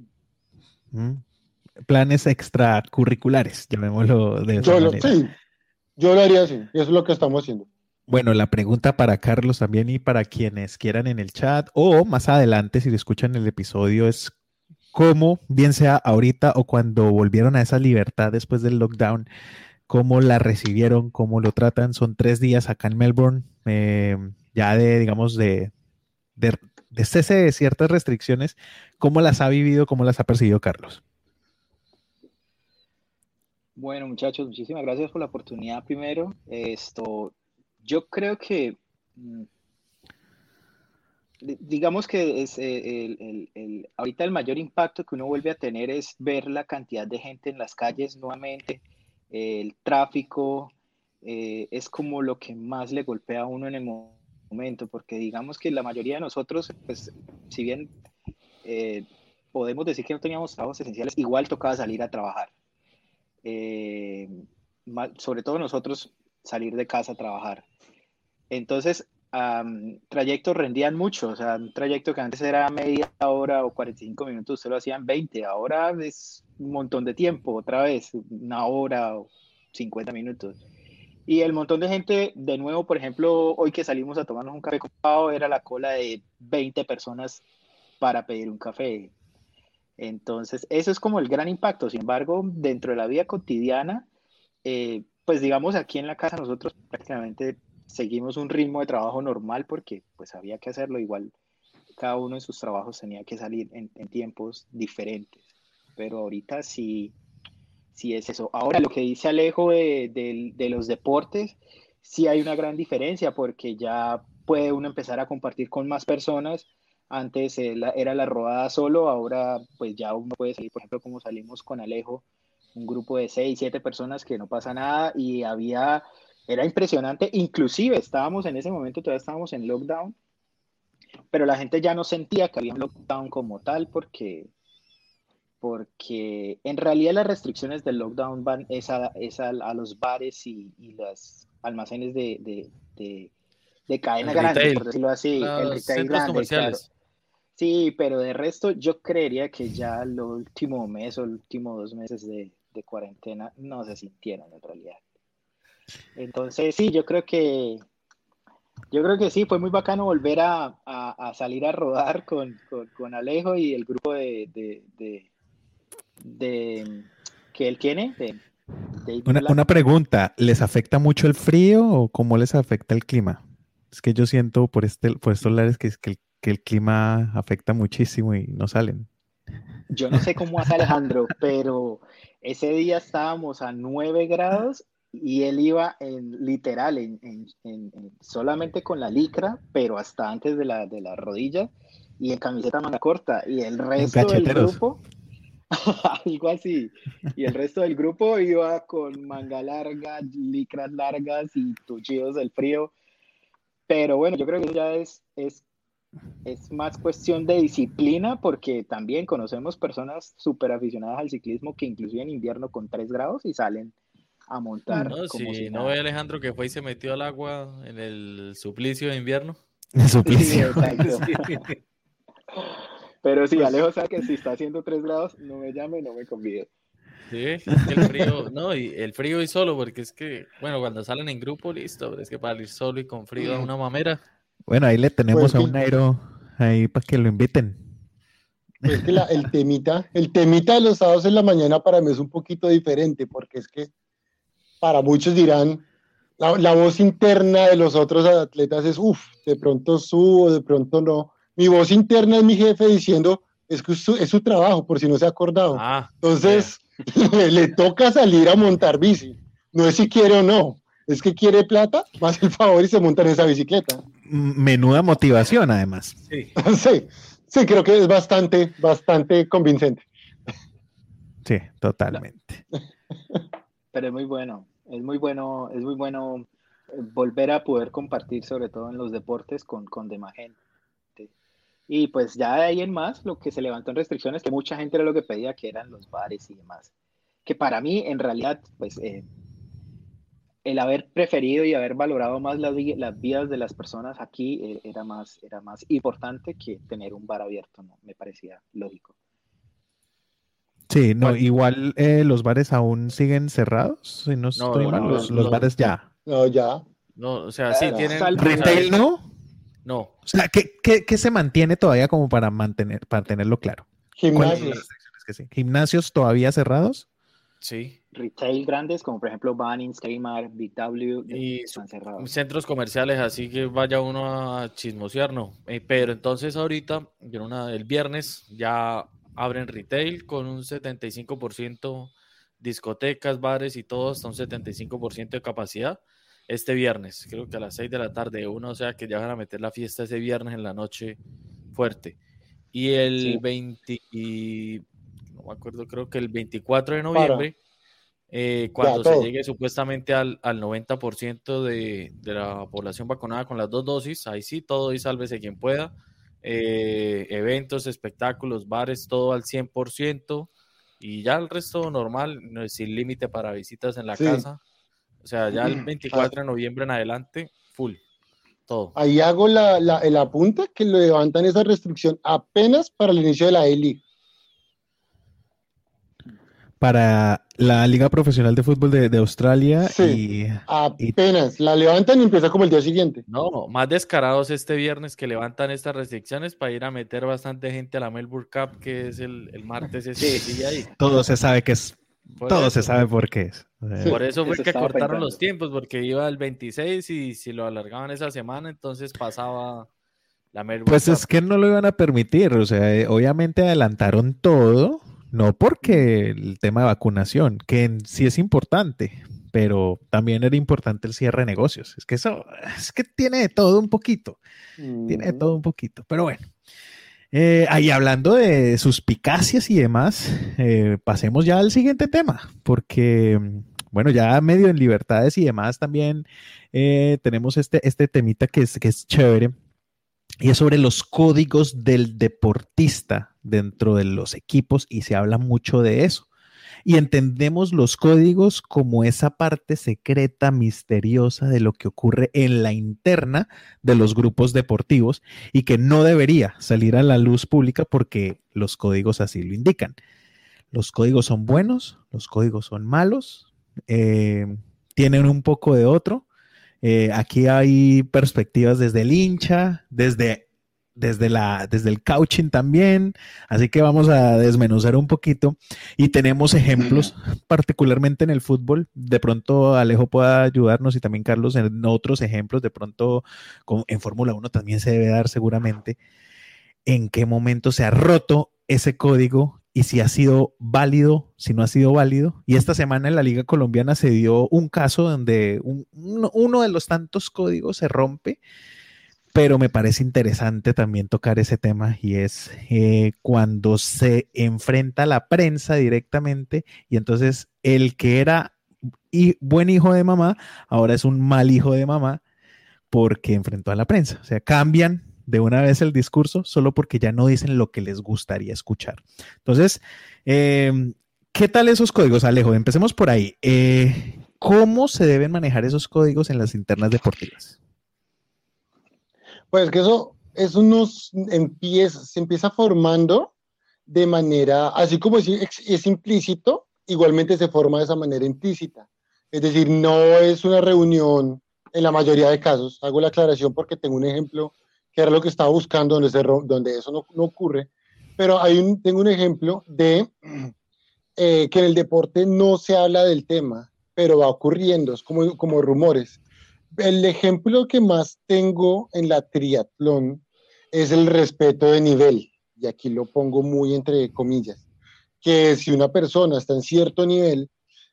Planes extracurriculares, llamémoslo de esa manera. Sí, yo lo haría así, y eso es lo que estamos haciendo. Bueno, la pregunta para Carlos también y para quienes quieran en el chat o más adelante si lo escuchan el episodio es cómo, bien sea ahorita o cuando volvieron a esa libertad después del lockdown, cómo la recibieron, cómo lo tratan. Son 3 días acá en Melbourne, ya digamos, de cese de ciertas restricciones. ¿Cómo las ha vivido, cómo las ha percibido Carlos? Bueno, muchachos, muchísimas gracias por la oportunidad primero. Yo creo que, digamos que es ahorita el mayor impacto que uno vuelve a tener es ver la cantidad de gente en las calles nuevamente, el tráfico, es como lo que más le golpea a uno en el momento, porque digamos que la mayoría de nosotros, pues, si bien podemos decir que no teníamos trabajos esenciales, igual tocaba salir a trabajar. sobre todo nosotros salir de casa a trabajar. Entonces, trayectos rendían mucho, o sea, un trayecto que antes era media hora o 45 minutos, usted lo hacían 20, ahora es un montón de tiempo, otra vez, una hora o 50 minutos. Y el montón de gente, de nuevo, por ejemplo, hoy que salimos a tomarnos un café con Pau, era la cola de 20 personas para pedir un café. Entonces, eso es como el gran impacto. Sin embargo, dentro de la vida cotidiana, pues digamos, aquí en la casa nosotros prácticamente seguimos un ritmo de trabajo normal porque pues había que hacerlo. Igual cada uno en sus trabajos tenía que salir en tiempos diferentes. Pero ahorita sí, sí es eso. Ahora, lo que dice Alejo de los deportes, sí hay una gran diferencia porque ya puede uno empezar a compartir con más personas. Antes era la rodada solo, ahora pues ya uno puede salir, por ejemplo, como salimos con Alejo, un grupo de 6, 7 personas que no pasa nada y era impresionante, inclusive estábamos en ese momento, todavía estábamos en lockdown, pero la gente ya no sentía que había un lockdown como tal porque en realidad las restricciones del lockdown van a los bares y los almacenes de cadena El grande, por retail, decirlo así, el los retail centros grande, claro. comerciales. Sí, pero de resto yo creería que ya el último mes o el último 2 meses de cuarentena no se sintieron en realidad. Entonces sí, yo creo que sí, fue muy bacano volver a salir a rodar con Alejo y el grupo que él tiene, de David Una Black. pregunta, ¿les afecta mucho el frío o cómo les afecta el clima? Es que yo siento por estos lares que el clima afecta muchísimo y no salen. Yo no sé cómo hace Alejandro, pero ese día estábamos a 9 grados y él iba literal, solamente con la licra, pero hasta antes de la rodilla y en camiseta manga corta. Y el En resto del cacheteros. grupo, algo así. Y el resto del grupo iba con manga larga, licras largas y tuchillos del frío. Pero bueno, yo creo que ya es más cuestión de disciplina porque también conocemos personas súper aficionadas al ciclismo que inclusive en invierno con 3 grados y salen a montar No, como si si no ve nada. Alejandro que fue y se metió al agua en el suplicio de invierno. En Sí, suplicio. exacto. Sí. Pero sí, Pues Alejo sabe que si está haciendo 3 grados, no me llame, no me convide. Sí, es que el frío, no, y el frío y solo, porque es que, bueno, cuando salen en grupo, listo, pero es que para ir solo y con frío a una mamera. Bueno, ahí le pues tenemos a un Nairo ahí para que lo inviten. pues que el temita de los sábados en la mañana para mí es un poquito diferente, porque es que para muchos dirán, la voz interna de los otros atletas es, de pronto subo, de pronto no. Mi voz interna es mi jefe diciendo, es que es su trabajo, por si no se ha acordado. Ah, vea. Entonces, le toca salir a montar bici. No es si quiere o no, es que quiere plata, más el favor y se monta en esa bicicleta. Menuda motivación, además. Sí. Sí, sí, creo que es bastante, bastante convincente. Sí, totalmente. Pero es muy bueno volver a poder compartir, sobre todo en los deportes, con demás gente. Y pues ya de ahí en más, lo que se levantó en restricciones, que mucha gente era lo que pedía, que eran los bares y demás. Que para mí, en realidad, pues el haber preferido y haber valorado más las vidas de las personas aquí era más importante que tener un bar abierto, ¿no? Me parecía lógico. Sí, no, ¿Cuál? igual los bares aún siguen cerrados, si no No, estoy mal, No, los bares ya. No, ya. no, o sea, sí Ya. tienen, o sea, Retail no. no, O sea, ¿qué se mantiene todavía como para tenerlo claro? ¿Cuáles son las Gimnasios. restricciones que sí? ¿Gimnasios todavía cerrados? sí. retail grandes, como por ejemplo Bunnings, Kmart, Big W, Y están cerrados. centros comerciales, así que vaya uno a chismosear, no. Pero entonces ahorita, el viernes ya abren retail con un 75%, discotecas, bares y todo hasta un 75% de capacidad. Este viernes, creo que a las 6 de la tarde, o sea que ya van a meter la fiesta ese viernes en la noche fuerte. Y el Sí. 20, no me acuerdo, creo que el 24 de Para, noviembre, ya cuando se todo. llegue supuestamente al 90% de la población vacunada con las 2 dosis, ahí sí, todo y sálvese quien pueda. Eventos, espectáculos, bares, todo al 100%. Y ya el resto normal, sin límite para visitas en la Sí. casa. O sea, ya el 24 de noviembre en adelante, full, todo. Ahí hago el apunte que lo levantan esa restricción apenas para el inicio de la A-League. Para la Liga Profesional de Fútbol de Australia Sí, y apenas la levantan y empieza como el día siguiente. No, más descarados este viernes que levantan estas restricciones para ir a meter bastante gente a la Melbourne Cup, que es el martes ese día ahí. todo se sabe que es, Por todo eso. se sabe por qué es. Sí. Por eso fue Eso que estaba cortaron pensando. los tiempos, porque iba el 26 y si lo alargaban esa semana, entonces pasaba la Melbourne Pues Cup. es que no lo iban a permitir, o sea, obviamente adelantaron todo, no porque el tema de vacunación, que sí es importante, pero también era importante el cierre de negocios. Es que eso, es que tiene de todo un poquito, tiene de todo un poquito, pero bueno. Ahí hablando de suspicacias y demás, pasemos ya al siguiente tema, porque, bueno, ya medio en libertades y demás también tenemos este temita que es chévere, y es sobre los códigos del deportista dentro de los equipos, y se habla mucho de eso. Y entendemos los códigos como esa parte secreta, misteriosa de lo que ocurre en la interna de los grupos deportivos y que no debería salir a la luz pública porque los códigos así lo indican. Los códigos son buenos, los códigos son malos, tienen un poco de otro. Aquí hay perspectivas desde el hincha, desde el coaching también, así que vamos a desmenuzar un poquito y tenemos ejemplos, particularmente en el fútbol. De pronto Alejo pueda ayudarnos y también Carlos en otros ejemplos, de pronto en Fórmula 1 también se debe dar seguramente en qué momento se ha roto ese código y si ha sido válido, si no ha sido válido. Y esta semana en la Liga Colombiana se dio un caso donde uno de los tantos códigos se rompe, pero me parece interesante también tocar ese tema y es cuando se enfrenta a la prensa directamente y entonces el que era buen hijo de mamá ahora es un mal hijo de mamá porque enfrentó a la prensa. O sea, cambian de una vez el discurso solo porque ya no dicen lo que les gustaría escuchar. Entonces, ¿qué tal esos códigos, Alejo? Empecemos por ahí. ¿Cómo se deben manejar esos códigos en las internas deportivas? Pues que eso se empieza formando de manera, así como es implícito, igualmente se forma de esa manera implícita. Es decir, no es una reunión en la mayoría de casos. Hago la aclaración porque tengo un ejemplo que era lo que estaba buscando donde eso no ocurre. Pero tengo un ejemplo de que en el deporte no se habla del tema, pero va ocurriendo, es como rumores. El ejemplo que más tengo en la triatlón es el respeto de nivel, y aquí lo pongo muy entre comillas, que si una persona está en cierto nivel,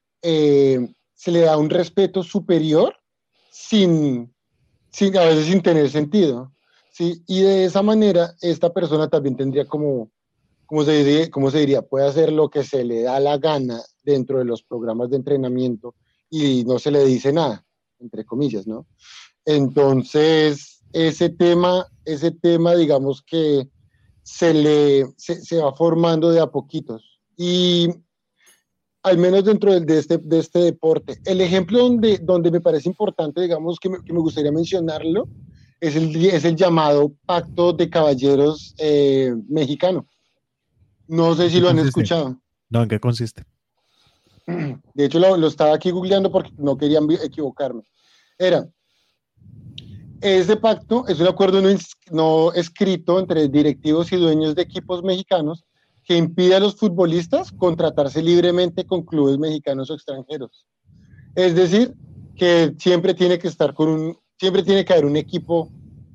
se le da un respeto superior a veces sin tener sentido, ¿sí? Y de esa manera esta persona también tendría ¿cómo se diría? Puede hacer lo que se le da la gana dentro de los programas de entrenamiento y no se le dice nada, entre comillas, ¿no? Entonces, ese tema, digamos que se va formando de a poquitos. Y al menos dentro de este deporte. El ejemplo donde me parece importante, digamos, que me gustaría mencionarlo, es el llamado Pacto de Caballeros mexicano. No sé si lo han escuchado. No, ¿en qué consiste? De hecho, lo estaba aquí googleando porque no quería equivocarme. Este pacto es un acuerdo no escrito entre directivos y dueños de equipos mexicanos que impide a los futbolistas contratarse libremente con clubes mexicanos o extranjeros. Es decir, que siempre tiene que haber un equipo,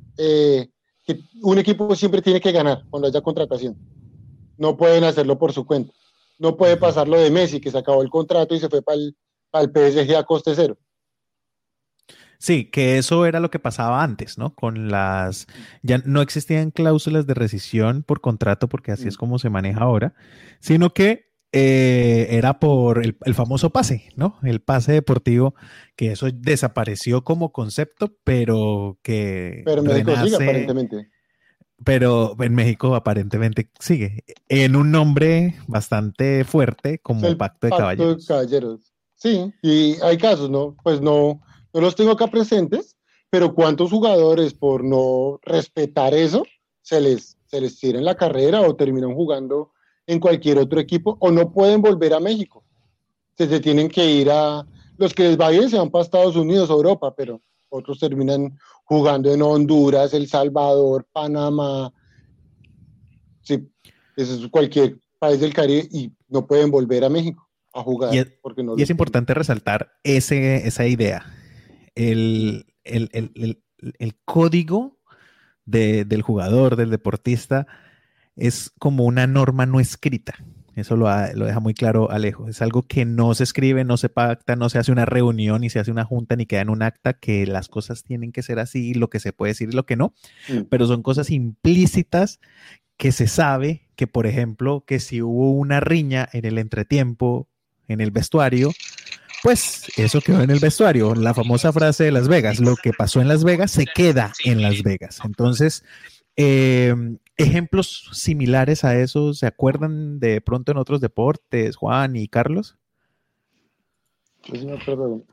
un equipo siempre tiene que ganar cuando haya contratación. No pueden hacerlo por su cuenta. No puede pasar lo de Messi, que se acabó el contrato y se fue para el PSG a coste cero. Sí, que eso era lo que pasaba antes, ¿no? Ya no existían cláusulas de rescisión por contrato, porque así es como se maneja ahora, sino que era por el famoso pase, ¿no? El pase deportivo, que eso desapareció como concepto, pero que Pero México sigue, aparentemente. pero en México aparentemente sigue en un nombre bastante fuerte como El Pacto de pacto de Caballeros. caballeros. Sí, y hay casos, ¿no? Pues no los tengo acá presentes, pero ¿cuántos jugadores por no respetar eso se les tira en la carrera o terminan jugando en cualquier otro equipo o no pueden volver a México? Se tienen que ir a... Los que les va bien se van para Estados Unidos o Europa, pero otros terminan jugando en Honduras, El Salvador, Panamá, sí, eso es cualquier país del Caribe y no pueden volver a México a Y jugar es, porque no y es les permiten. importante resaltar esa idea. Sí. El código del jugador, del deportista, es como una norma no escrita. Eso lo deja muy claro Alejo. Es algo que no se escribe, no se pacta, no se hace una reunión, ni se hace una junta, ni queda en un acta, que las cosas tienen que ser así, lo que se puede decir y lo que no, pero son cosas implícitas que se sabe que, por ejemplo, que si hubo una riña en el entretiempo, en el vestuario, pues eso quedó en el vestuario. La famosa frase de Las Vegas, lo que pasó en Las Vegas se queda en Las Vegas. Entonces, ejemplos similares a eso, ¿se acuerdan de pronto en otros deportes, Juan y Carlos? Es una pregunta.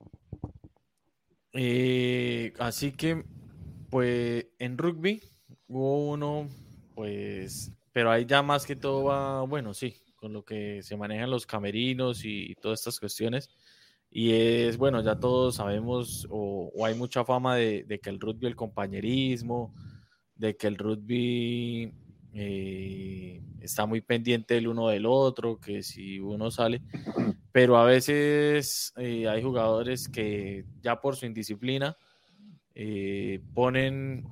Así que, pues, en rugby hubo uno, pues, pero ahí ya más que todo va, bueno, sí, con lo que se manejan los camerinos y todas estas cuestiones. Y es, bueno, ya todos sabemos o hay mucha fama de que el rugby, el compañerismo, de que el rugby está muy pendiente el uno del otro, que si uno sale, pero a veces hay jugadores que ya por su indisciplina ponen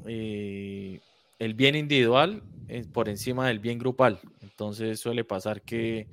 el bien individual por encima del bien grupal. Entonces suele pasar que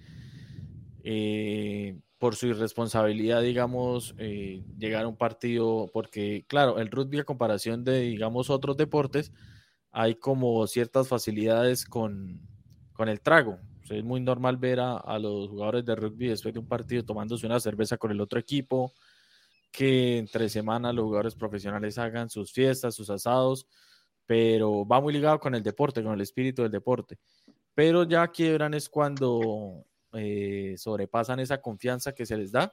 por su irresponsabilidad, digamos, llegar a un partido, porque claro, el rugby a comparación de, digamos, otros deportes, hay como ciertas facilidades con el trago. O sea, es muy normal ver a los jugadores de rugby después de un partido tomándose una cerveza con el otro equipo, que entre semana los jugadores profesionales hagan sus fiestas, sus asados, pero va muy ligado con el deporte, con el espíritu del deporte. Pero ya quiebran es cuando sobrepasan esa confianza que se les da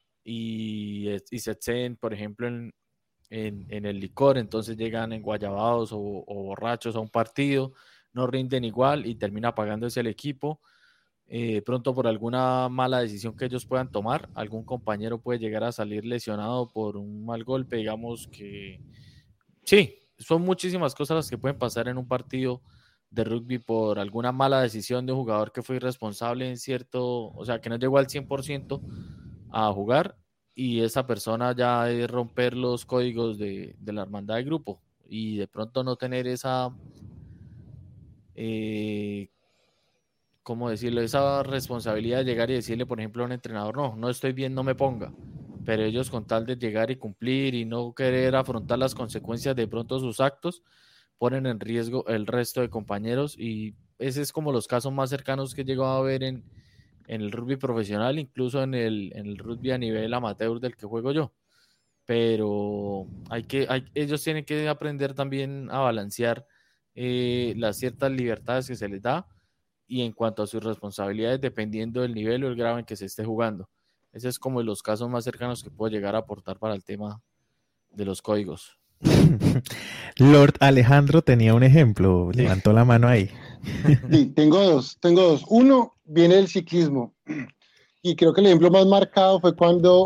y se exceden, por ejemplo, en el licor, entonces llegan enguayabados o borrachos a un partido, no rinden igual y termina pagándose el equipo. Pronto por alguna mala decisión que ellos puedan tomar, algún compañero puede llegar a salir lesionado por un mal golpe, digamos que sí, son muchísimas cosas las que pueden pasar en un partido de rugby por alguna mala decisión de un jugador que fue irresponsable en cierto, o sea, que no llegó al 100% a jugar y esa persona ya es romper los códigos de la hermandad de grupo y de pronto no tener esa, ¿cómo decirlo? Esa responsabilidad de llegar y decirle, por ejemplo, a un entrenador, no estoy bien, no me ponga. Pero ellos con tal de llegar y cumplir y no querer afrontar las consecuencias de pronto sus actos, ponen en riesgo el resto de compañeros y ese es como los casos más cercanos que he llegado a ver en el rugby profesional, incluso en el rugby a nivel amateur del que juego yo. Pero ellos tienen que aprender también a balancear las ciertas libertades que se les da y en cuanto a sus responsabilidades, dependiendo del nivel o el grado en que se esté jugando. Ese es como los casos más cercanos que puedo llegar a aportar para el tema de los códigos. Lord Alejandro tenía un ejemplo, levantó la mano ahí. Sí, tengo dos. Uno viene del ciclismo y creo que el ejemplo más marcado fue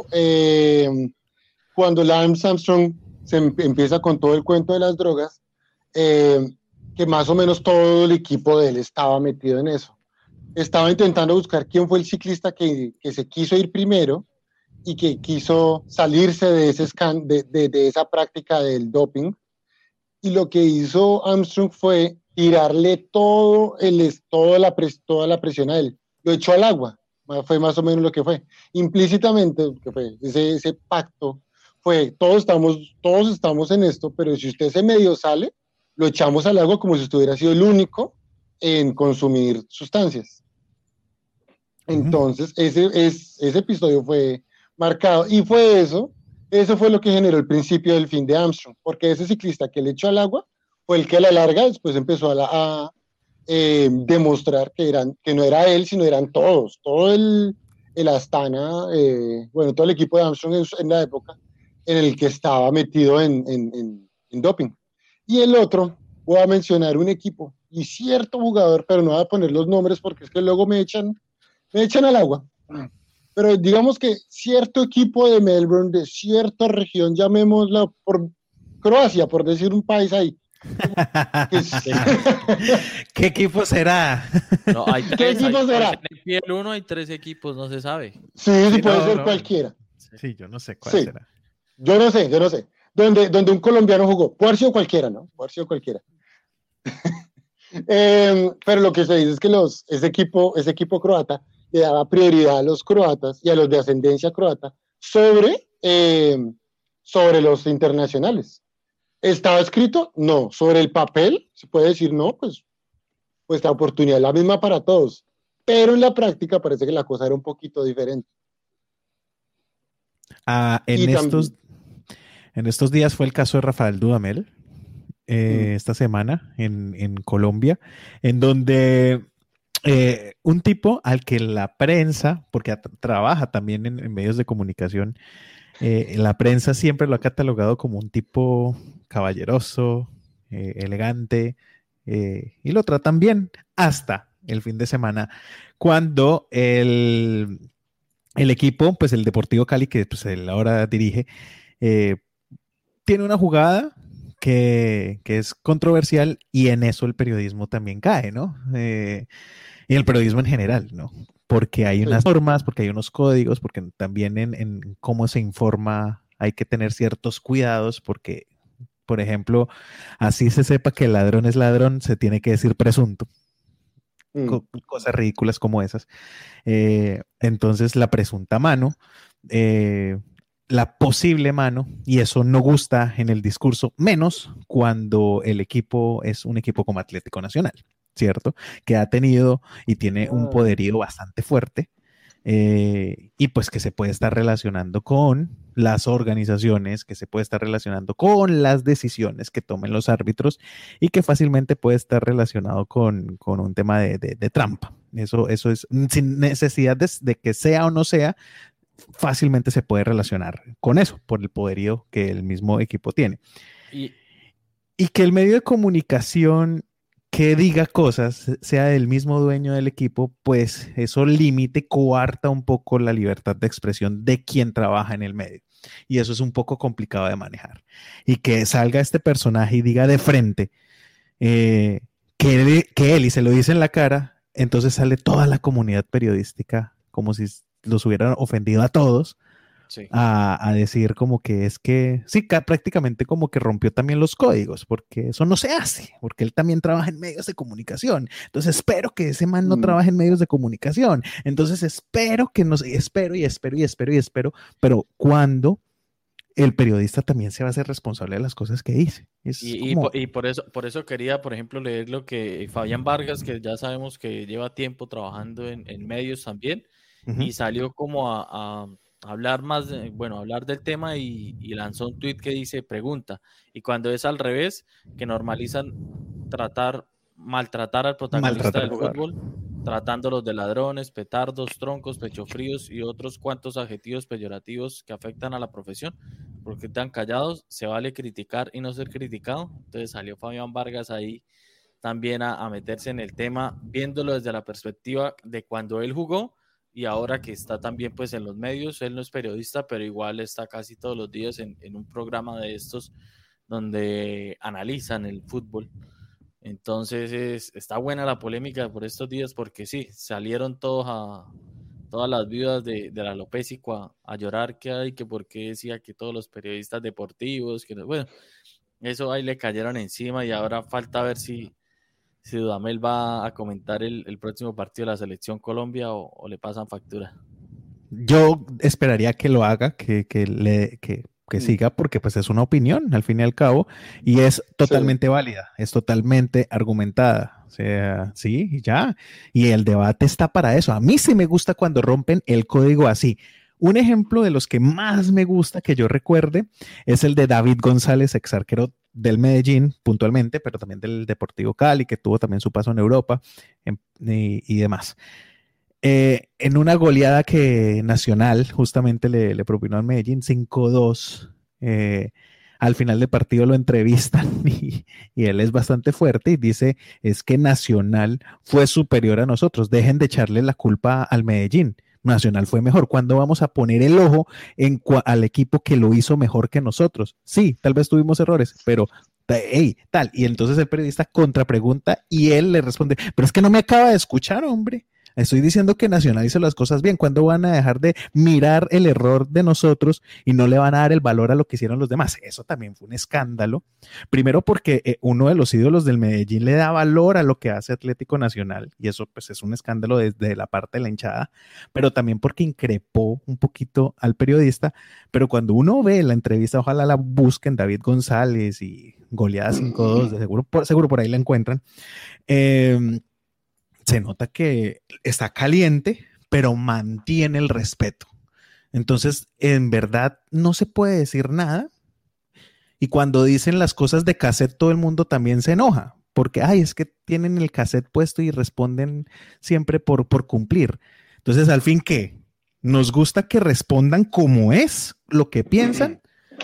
cuando Lance Armstrong empieza con todo el cuento de las drogas, que más o menos todo el equipo de él estaba metido en eso. Estaba intentando buscar quién fue el ciclista que se quiso ir primero y que quiso salirse de esa práctica del doping. Y lo que hizo Armstrong fue tirarle toda la presión a él. Lo echó al agua, fue más o menos lo que fue. Implícitamente, que fue ese pacto, fue todos estamos en esto, pero si usted se medio sale, lo echamos al agua como si usted hubiera sido el único en consumir sustancias. Entonces, ese episodio fue marcado y eso fue lo que generó el principio del fin de Armstrong, porque ese ciclista que le echó al agua fue el que a la larga después empezó demostrar que no era él, sino eran todos, todo el Astana, bueno, todo el equipo de Armstrong en la época en el que estaba metido en doping. Y el otro, voy a mencionar un equipo y cierto jugador, pero no voy a poner los nombres porque es que luego me echan al agua. Pero digamos que cierto equipo de Melbourne, de cierta región, llamémosla por Croacia, por decir un país ahí. ¿Qué equipo será? No, hay ¿Qué tres, equipo será? En el pie del uno hay 3 equipos, no se sabe. Sí, puede no, ser no. cualquiera. Sí, yo no sé cuál será. Yo no sé. Donde un colombiano jugó. Puede haber sido cualquiera, ¿no? Puede haber sido cualquiera. Pero lo que se dice es que ese equipo croata le daba prioridad a los croatas y a los de ascendencia croata sobre los internacionales. ¿Estaba escrito? No. ¿Sobre el papel? Se puede decir no, pues la oportunidad es la misma para todos. Pero en la práctica parece que la cosa era un poquito diferente. En estos días fue el caso de Rafael Dudamel, esta semana en Colombia, en donde un tipo al que la prensa, porque trabaja también en medios de comunicación, la prensa siempre lo ha catalogado como un tipo caballeroso, elegante, y lo tratan bien hasta el fin de semana, cuando el equipo, pues el Deportivo Cali, que pues él ahora dirige, tiene una jugada que es controversial y en eso el periodismo también cae, ¿no? Y el periodismo en general, ¿no? Porque hay unas normas, porque hay unos códigos, porque también en cómo se informa hay que tener ciertos cuidados, porque, por ejemplo, así se sepa que el ladrón es ladrón, se tiene que decir presunto. Cosas ridículas como esas. Entonces, la presunta mano, la posible mano, y eso no gusta en el discurso, menos cuando el equipo es un equipo como Atlético Nacional, ¿cierto? Que ha tenido y tiene un poderío bastante fuerte, y pues que se puede estar relacionando con las organizaciones, que se puede estar relacionando con las decisiones que tomen los árbitros y que fácilmente puede estar relacionado con un tema de trampa. Eso es sin necesidad de que sea o no sea, fácilmente se puede relacionar con eso, por el poderío que el mismo equipo tiene. Y que el medio de comunicación que diga cosas, sea del mismo dueño del equipo, pues eso limite, coarta un poco la libertad de expresión de quien trabaja en el medio. Y eso es un poco complicado de manejar. Y que salga este personaje y diga de frente que él, y se lo dice en la cara, entonces sale toda la comunidad periodística como si los hubieran ofendido a todos. Sí. A decir como que es que, sí, prácticamente como que rompió también los códigos, porque eso no se hace, porque él también trabaja en medios de comunicación, entonces espero que ese man no trabaje en medios de comunicación, entonces espero que no, espero, pero cuando el periodista también se va a hacer responsable de las cosas que dice. Y por eso quería, por ejemplo, leer lo que Fabián Vargas, que ya sabemos que lleva tiempo trabajando en medios también, y salió como a hablar más, hablar del tema y lanzó un tweet que dice, pregunta, y cuando es al revés, que normalizan maltratar al protagonista del fútbol, tratándolos de ladrones, petardos, troncos, pechofríos y otros cuantos adjetivos peyorativos que afectan a la profesión, porque están callados, se vale criticar y no ser criticado. Entonces salió Fabián Vargas ahí también a meterse en el tema, viéndolo desde la perspectiva de cuando él jugó, y ahora que está también pues en los medios. Él no es periodista, pero igual está casi todos los días en un programa de estos donde analizan el fútbol. Entonces está buena la polémica por estos días, porque sí, salieron todas las viudas de la Lopésico a llorar que hay, que por qué decía que todos los periodistas deportivos, que no, bueno, eso ahí le cayeron encima, y ahora falta ver si Dudamel va a comentar el próximo partido de la Selección Colombia o le pasan factura. Yo esperaría que lo haga, que siga, porque pues es una opinión al fin y al cabo, y es totalmente válida, es totalmente argumentada. O sea, sí, ya. Y el debate está para eso. A mí sí me gusta cuando rompen el código así. Un ejemplo de los que más me gusta que yo recuerde es el de David González, ex arquero del Medellín puntualmente, pero también del Deportivo Cali, que tuvo también su paso en Europa y demás. En una goleada que Nacional justamente le propinó al Medellín, 5-2, al final del partido lo entrevistan y él es bastante fuerte y dice, es que Nacional fue superior a nosotros, dejen de echarle la culpa al Medellín. Nacional fue mejor. ¿Cuándo vamos a poner el ojo al equipo que lo hizo mejor que nosotros? Sí, tal vez tuvimos errores, pero hey, tal. Y entonces el periodista contrapregunta y él le responde, pero es que no me acaba de escuchar, hombre. Estoy diciendo que Nacional hizo las cosas bien. ¿Cuándo van a dejar de mirar el error de nosotros y no le van a dar el valor a lo que hicieron los demás? Eso también fue un escándalo. Primero porque uno de los ídolos del Medellín le da valor a lo que hace Atlético Nacional y eso pues es un escándalo desde la parte de la hinchada, pero también porque increpó un poquito al periodista. Pero cuando uno ve la entrevista, ojalá la busquen, David González y goleada 5-2, de seguro por ahí la encuentran. Se nota que está caliente, pero mantiene el respeto. Entonces, en verdad, no se puede decir nada. Y cuando dicen las cosas de cassette, todo el mundo también se enoja. Porque, ay, es que tienen el cassette puesto y responden siempre por cumplir. Entonces, al fin, ¿qué? Nos gusta que respondan como es lo que piensan,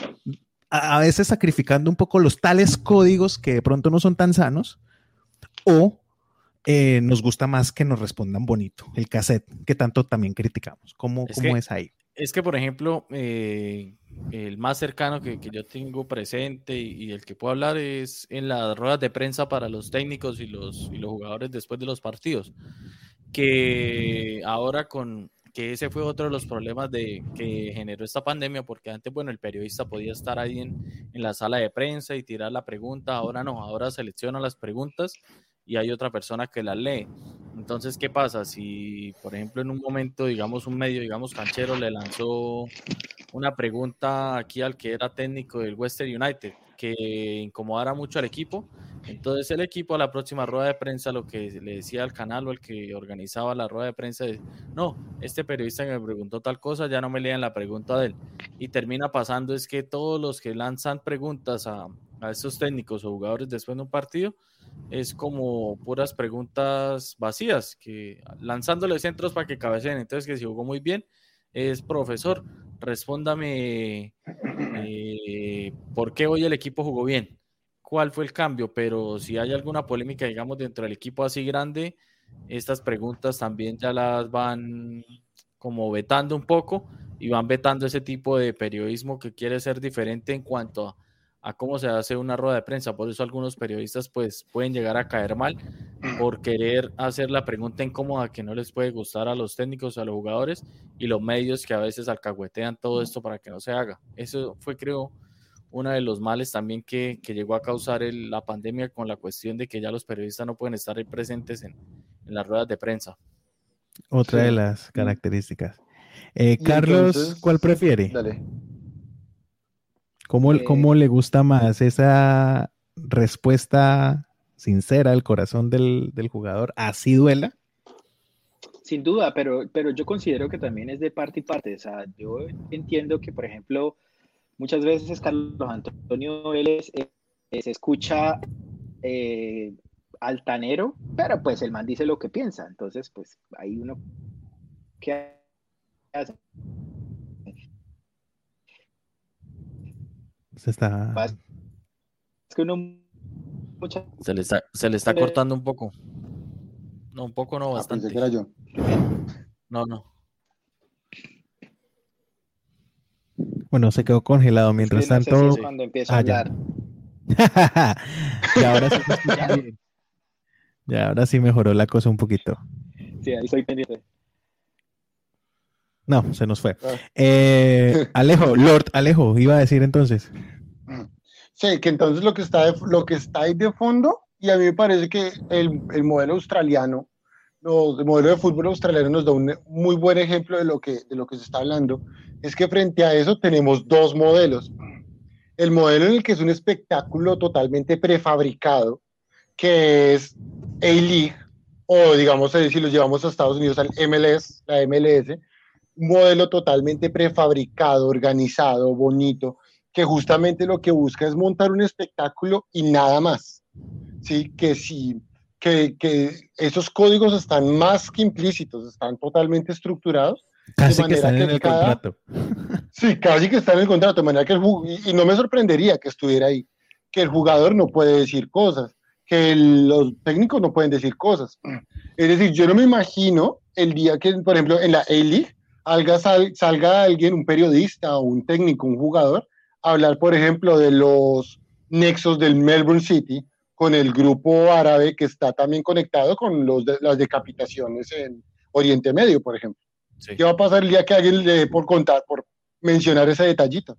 a veces sacrificando un poco los tales códigos que de pronto no son tan sanos, o nos gusta más que nos respondan bonito, el cassette, que tanto también criticamos. ¿Cómo es ahí? Es que, por ejemplo, el más cercano que yo tengo presente y el que puedo hablar es en las ruedas de prensa para los técnicos y los jugadores después de los partidos, que ahora que ese fue otro de los problemas que generó esta pandemia, porque antes, bueno, el periodista podía estar ahí en la sala de prensa y tirar la pregunta, ahora no, ahora selecciona las preguntas y hay otra persona que las lee. Entonces, ¿qué pasa? Si, por ejemplo, en un momento, digamos, un medio, digamos, canchero, le lanzó una pregunta aquí al que era técnico del Western United, que incomodara mucho al equipo, entonces el equipo a la próxima rueda de prensa lo que le decía al canal o al que organizaba la rueda de prensa es, no, este periodista que me preguntó tal cosa, ya no me lean la pregunta de él. Y termina pasando es que todos los que lanzan preguntas a estos técnicos o jugadores después de un partido, es como puras preguntas vacías, que lanzándole centros para que cabeceen. Entonces, que si jugó muy bien, es profesor, respóndame por qué hoy el equipo jugó bien, cuál fue el cambio, pero si hay alguna polémica, digamos, dentro del equipo así grande, estas preguntas también ya las van como vetando un poco y van vetando ese tipo de periodismo que quiere ser diferente en cuanto a cómo se hace una rueda de prensa. Por eso algunos periodistas pues pueden llegar a caer mal por querer hacer la pregunta incómoda que no les puede gustar a los técnicos, a los jugadores y los medios que a veces alcahuetean todo esto para que no se haga. Eso fue, creo, uno de los males también que llegó a causar la pandemia, con la cuestión de que ya los periodistas no pueden estar ahí presentes en las ruedas de prensa. Otra de las características. Carlos, entonces, ¿cuál prefiere? Dale. ¿Cómo le gusta más esa respuesta sincera al corazón del jugador? ¿Así duela? Sin duda, pero yo considero que también es de parte y parte. O sea, yo entiendo que, por ejemplo, muchas veces Carlos Antonio Vélez se escucha altanero, pero pues el man dice lo que piensa. Entonces, pues ahí uno, ¿qué hace? Se está... Es que uno se le está cortando un poco. No, un poco no, bastante. Pensé que era yo. No. Bueno, se quedó congelado. Mientras es que no tanto... sé si es cuando empiezo a hablar. Y ahora sí bien. Ya, ahora sí mejoró la cosa un poquito. Sí, ahí estoy pendiente. No, se nos fue. Lord Alejo, iba a decir entonces. Sí, que entonces lo que está ahí de fondo, y a mí me parece que el modelo australiano, el modelo de fútbol australiano nos da un muy buen ejemplo de lo que se está hablando, es que frente a eso tenemos dos modelos. El modelo en el que es un espectáculo totalmente prefabricado, que es A-League, o digamos, si los llevamos a Estados Unidos al MLS, la MLS, un modelo totalmente prefabricado, organizado, bonito, que justamente lo que busca es montar un espectáculo y nada más. ¿Sí? Que esos códigos están más que implícitos, están totalmente estructurados, de Casi que manera están en que el contrato. sí, casi que está en el contrato, de manera que y no me sorprendería que estuviera ahí, que el jugador no puede decir cosas, que los técnicos no pueden decir cosas. Es decir, yo no me imagino el día que, por ejemplo, en la A-League salga alguien, un periodista o un técnico, un jugador, a hablar, por ejemplo, de los nexos del Melbourne City con el grupo árabe que está también conectado con las decapitaciones en Oriente Medio, por ejemplo. Sí. ¿Qué va a pasar el día que alguien le dé por contar, por mencionar ese detallito?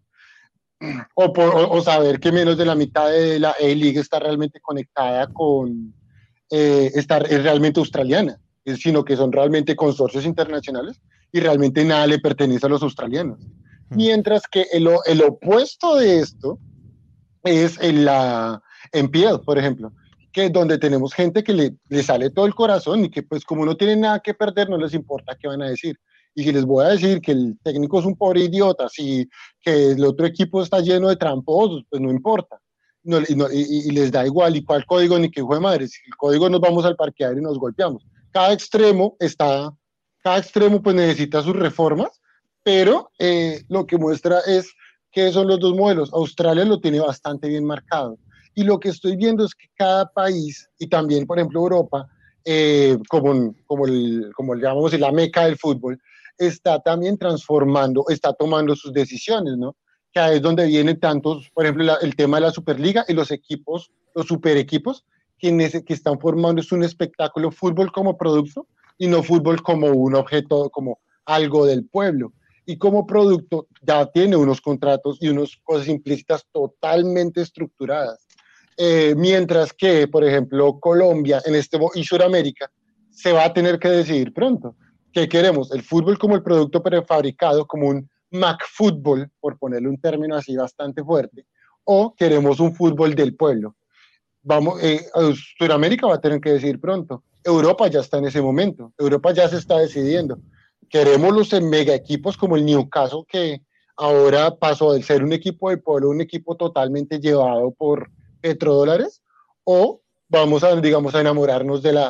O saber que menos de la mitad de la A-League está realmente conectada con, es realmente australiana, sino que son realmente consorcios internacionales y realmente nada le pertenece a los australianos. Mientras que el opuesto de esto es en Piel, por ejemplo, que es donde tenemos gente que le sale todo el corazón y que pues como no tienen nada que perder, no les importa qué van a decir. Y si les voy a decir que el técnico es un pobre idiota, si que el otro equipo está lleno de tramposos, pues no importa. Y les da igual, y cuál código, ni qué hijo de madre. Si el código nos vamos al parquear y nos golpeamos. Cada extremo pues necesita sus reformas, pero lo que muestra es que son los dos modelos. Australia lo tiene bastante bien marcado. Y lo que estoy viendo es que cada país, y también, por ejemplo, Europa, como le llamamos la meca del fútbol, está también transformando, está tomando sus decisiones, ¿no? Que ahí es donde vienen tantos, por ejemplo, el tema de la Superliga y los equipos, los super equipos, que están formando es un espectáculo, fútbol como producto y no fútbol como un objeto, como algo del pueblo. Y como producto ya tiene unos contratos y unas cosas implícitas totalmente estructuradas. Mientras que, por ejemplo, Colombia y Sudamérica se va a tener que decidir pronto. ¿Qué queremos? ¿El fútbol como el producto prefabricado, como un McFútbol, por ponerle un término así bastante fuerte, o queremos un fútbol del pueblo? Sudamérica va a tener que decidir pronto. Europa ya está en ese momento. Europa ya se está decidiendo. Queremos los mega equipos como el Newcastle, que ahora pasó de ser un equipo del pueblo a un equipo totalmente llevado por petrodólares, o vamos a, digamos, a enamorarnos de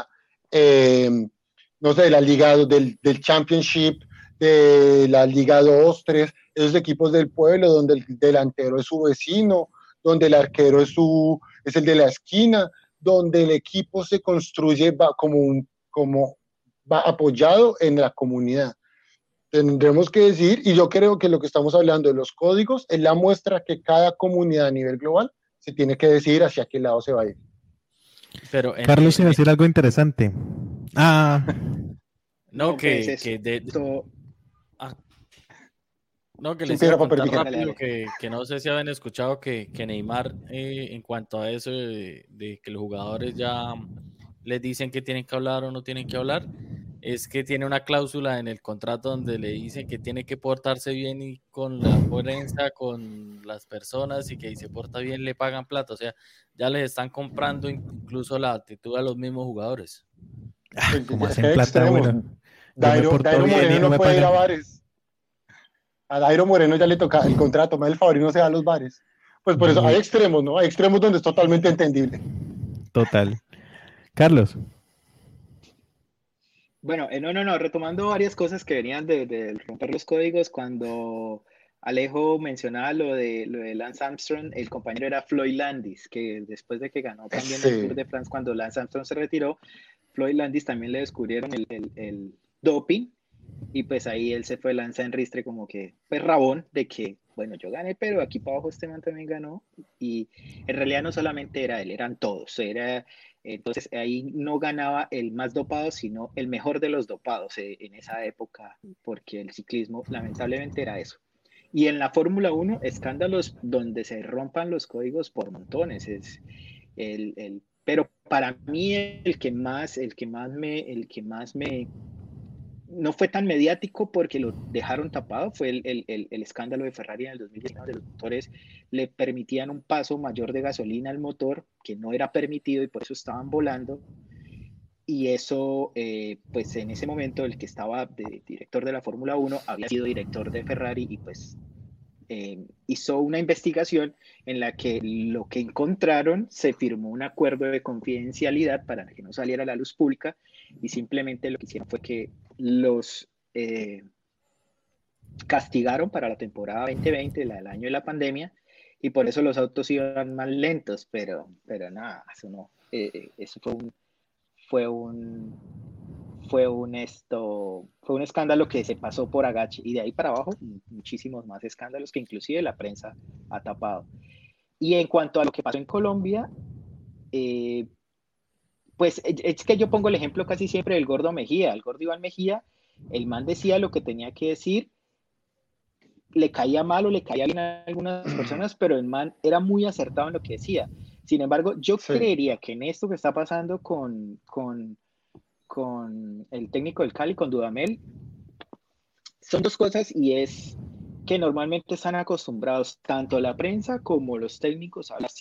no sé, de la liga, del Championship, de la Liga 2, 3, esos equipos del pueblo donde el delantero es su vecino, donde el arquero es el de la esquina, donde el equipo se construye como va apoyado en la comunidad. Tendremos que decir, y yo creo que lo que estamos hablando de los códigos es la muestra que cada comunidad a nivel global se tiene que decidir hacia qué lado se va a ir. Pero Carlos iba a decir algo interesante. No, que les iba a contar rápido que no sé si habían escuchado que Neymar, en cuanto a eso de que los jugadores ya les dicen que tienen que hablar o no tienen que hablar, es que tiene una cláusula en el contrato donde le dicen que tiene que portarse bien y con la prensa, con las personas, y que si se porta bien le pagan plata. O sea, ya les están comprando incluso la actitud a los mismos jugadores. Como hacen plata, bueno. Dairo Moreno no puede ir a bares. A Dairo Moreno ya le toca el contrato, me da el favor y no se va a los bares. Pues por eso hay extremos, ¿no? Hay extremos donde es totalmente entendible. Total. Carlos. Bueno, no, retomando varias cosas que venían de romper los códigos, cuando Alejo mencionaba lo de Lance Armstrong, el compañero era Floyd Landis, que después de que ganó también el Tour de France, cuando Lance Armstrong se retiró, Floyd Landis también le descubrieron el doping, y pues ahí él se fue lanza en ristre como que, pues rabón, de que, bueno, yo gané, pero aquí para abajo este man también ganó, y en realidad no solamente era él, eran todos, entonces ahí no ganaba el más dopado, sino el mejor de los dopados en esa época, porque el ciclismo lamentablemente era eso. Y en la Fórmula 1, escándalos donde se rompan los códigos por montones. Pero para mí el que más me no fue tan mediático porque lo dejaron tapado, fue el escándalo de Ferrari en el 2019, los motores le permitían un paso mayor de gasolina al motor, que no era permitido y por eso estaban volando, y eso, pues en ese momento el que estaba de director de la Fórmula 1 había sido director de Ferrari y pues hizo una investigación en la que lo que encontraron se firmó un acuerdo de confidencialidad para que no saliera a la luz pública y simplemente lo que hicieron fue que los castigaron para la temporada 2020, el año de la pandemia, y por eso los autos iban más lentos, pero nada, eso no, eso fue un escándalo que se pasó por agache, y de ahí para abajo muchísimos más escándalos que inclusive la prensa ha tapado. Y en cuanto a lo que pasó en Colombia, pues es que yo pongo el ejemplo casi siempre del Gordo Mejía, el Gordo Iván Mejía, el man decía lo que tenía que decir, le caía mal o le caía bien a algunas personas, pero el man era muy acertado en lo que decía. Sin embargo, yo creería que en esto que está pasando con el técnico del Cali, con Dudamel, son dos cosas, y es que normalmente están acostumbrados tanto la prensa como los técnicos a hablar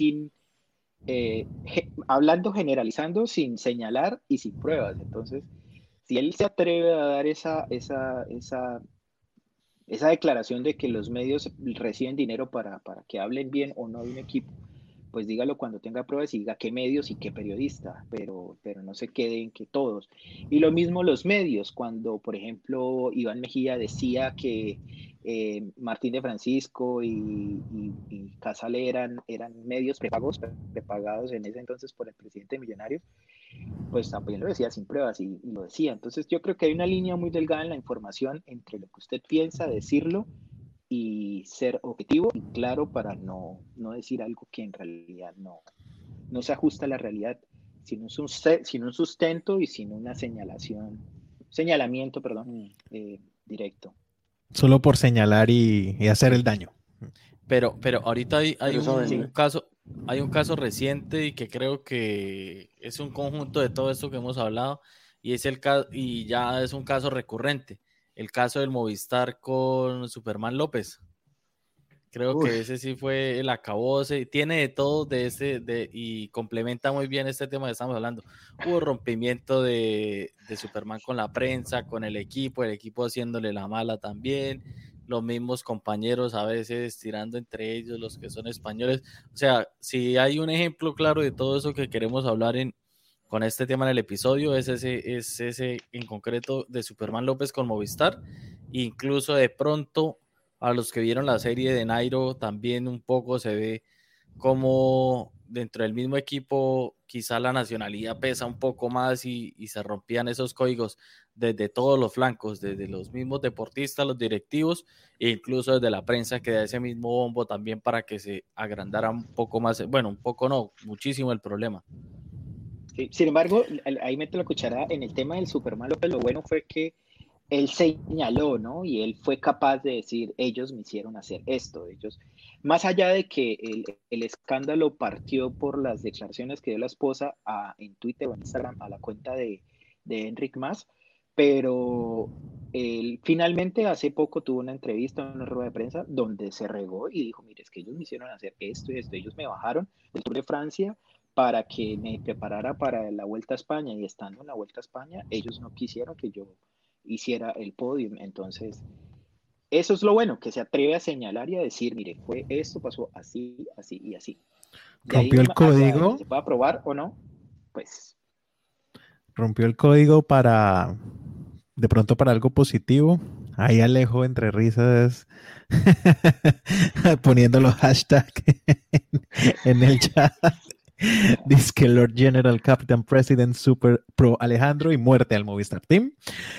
hablando, generalizando, sin señalar y sin pruebas. Entonces, si él se atreve a dar esa declaración de que los medios reciben dinero para que hablen bien o no de un equipo, pues dígalo cuando tenga pruebas y diga qué medios y qué periodista, pero no se queden que todos. Y lo mismo los medios, cuando por ejemplo Iván Mejía decía que Martín de Francisco y Casale eran medios prepagados en ese entonces por el presidente Millonarios, pues también lo decía sin pruebas y lo decía. Entonces yo creo que hay una línea muy delgada en la información entre lo que usted piensa, decirlo, y ser objetivo y claro para no decir algo que en realidad no se ajusta a la realidad, sin un sustento y sin una señalamiento directo. Solo por señalar y hacer el daño. Pero ahorita hay un caso reciente y que creo que es un conjunto de todo esto que hemos hablado, y es el caso, y ya es un caso recurrente, el caso del Movistar con Superman López. Creo que ese sí fue el acabose, tiene de todo y complementa muy bien este tema que estamos hablando. Hubo rompimiento de Superman con la prensa, con el equipo haciéndole la mala también, los mismos compañeros a veces tirando entre ellos, los que son españoles. O sea, si hay un ejemplo claro de todo eso que queremos hablar con este tema en el episodio, es ese en concreto de Superman López con Movistar. Incluso de pronto, a los que vieron la serie de Nairo, también un poco se ve como dentro del mismo equipo quizá la nacionalidad pesa un poco más y se rompían esos códigos desde todos los flancos, desde los mismos deportistas, los directivos, e incluso desde la prensa, que da ese mismo bombo también para que se agrandara un poco más, bueno, un poco no, muchísimo el problema. Sí, sin embargo, ahí meto la cuchara en el tema del Superman López. Lo bueno fue que él señaló, ¿no? Y él fue capaz de decir, ellos me hicieron hacer esto, más allá de que el escándalo partió por las declaraciones que dio la esposa en Twitter o en Instagram a la cuenta de Enric Mas, pero él finalmente hace poco tuvo una entrevista, una rueda de prensa, donde se regó y dijo, mire, es que ellos me hicieron hacer esto y esto, ellos me bajaron del Tour de Francia para que me preparara para la Vuelta a España, y estando en la Vuelta a España, ellos no quisieron que yo hiciera el podium. Entonces, eso es lo bueno, que se atreve a señalar y a decir, mire, esto pasó así, así y así. Rompió el código. ¿Se puede aprobar o no? Pues. Rompió el código de pronto para algo positivo. Ahí Alejo entre risas poniendo los hashtags en el chat. Dice que Lord General, Captain President, Super Pro Alejandro y muerte al Movistar Team.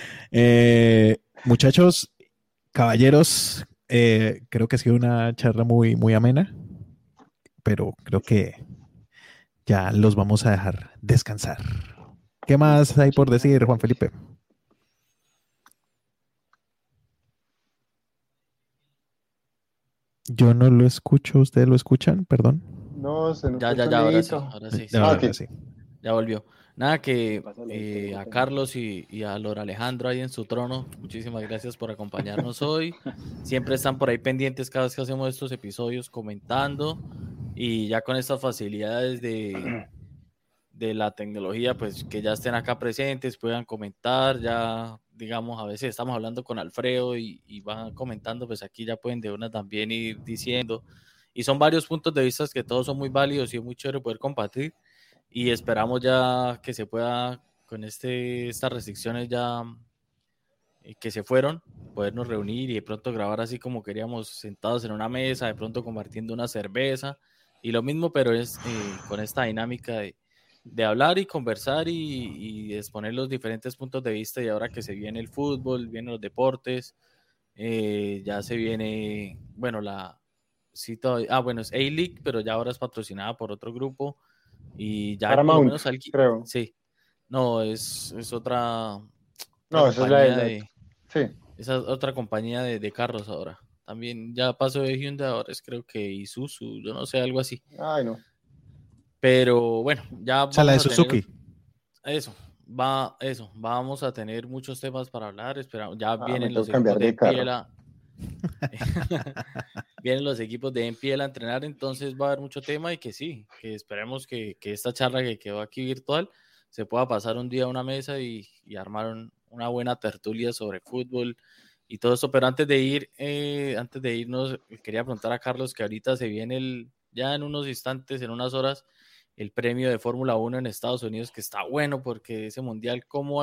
Muchachos, caballeros, creo que ha sido una charla muy, muy amena, pero creo que ya los vamos a dejar descansar. ¿Qué más hay por decir, Juan Felipe? Yo no lo escucho, ¿ustedes lo escuchan? Perdón. No, se nos Ya, ahora sí. Ahora sí. Ya volvió. Nada, que a Carlos y a Lord Alejandro ahí en su trono, muchísimas gracias por acompañarnos hoy. Siempre están por ahí pendientes cada vez que hacemos estos episodios comentando, y ya con estas facilidades de de la tecnología, pues que ya estén acá presentes, puedan comentar, ya digamos, a veces estamos hablando con Alfredo y van comentando, pues aquí ya pueden de una también ir diciendo, y son varios puntos de vista que todos son muy válidos y es muy chévere poder compartir, y esperamos ya que se pueda, con estas restricciones ya que se fueron, podernos reunir y de pronto grabar así como queríamos, sentados en una mesa, de pronto compartiendo una cerveza, y lo mismo, pero es con esta dinámica de hablar y conversar y exponer los diferentes puntos de vista. Y ahora que se viene el fútbol, vienen los deportes, ya se viene, bueno, bueno, es A-League, pero ya ahora es patrocinada por otro grupo y ya Paramount, por lo menos creo. Sí, no, es otra No, esa es la sí. Esa es otra compañía de carros ahora. También ya pasó de Hyundai, ahora es creo que Isuzu, yo no sé, algo así. Ay, no. Pero bueno, ya O sea, la de Suzuki. Vamos a tener muchos temas para hablar. Esperamos, ya vienen me los tengo que equipos de cambiar de vienen los equipos de NPL a entrenar, entonces va a haber mucho tema y que sí, que esperemos que esta charla que quedó aquí virtual se pueda pasar un día a una mesa y armar una buena tertulia sobre fútbol y todo eso. Pero antes de irnos, quería preguntar a Carlos que ahorita se viene ya en unos instantes, en unas horas, el premio de Fórmula 1 en Estados Unidos, que está bueno porque ese mundial, ¿cómo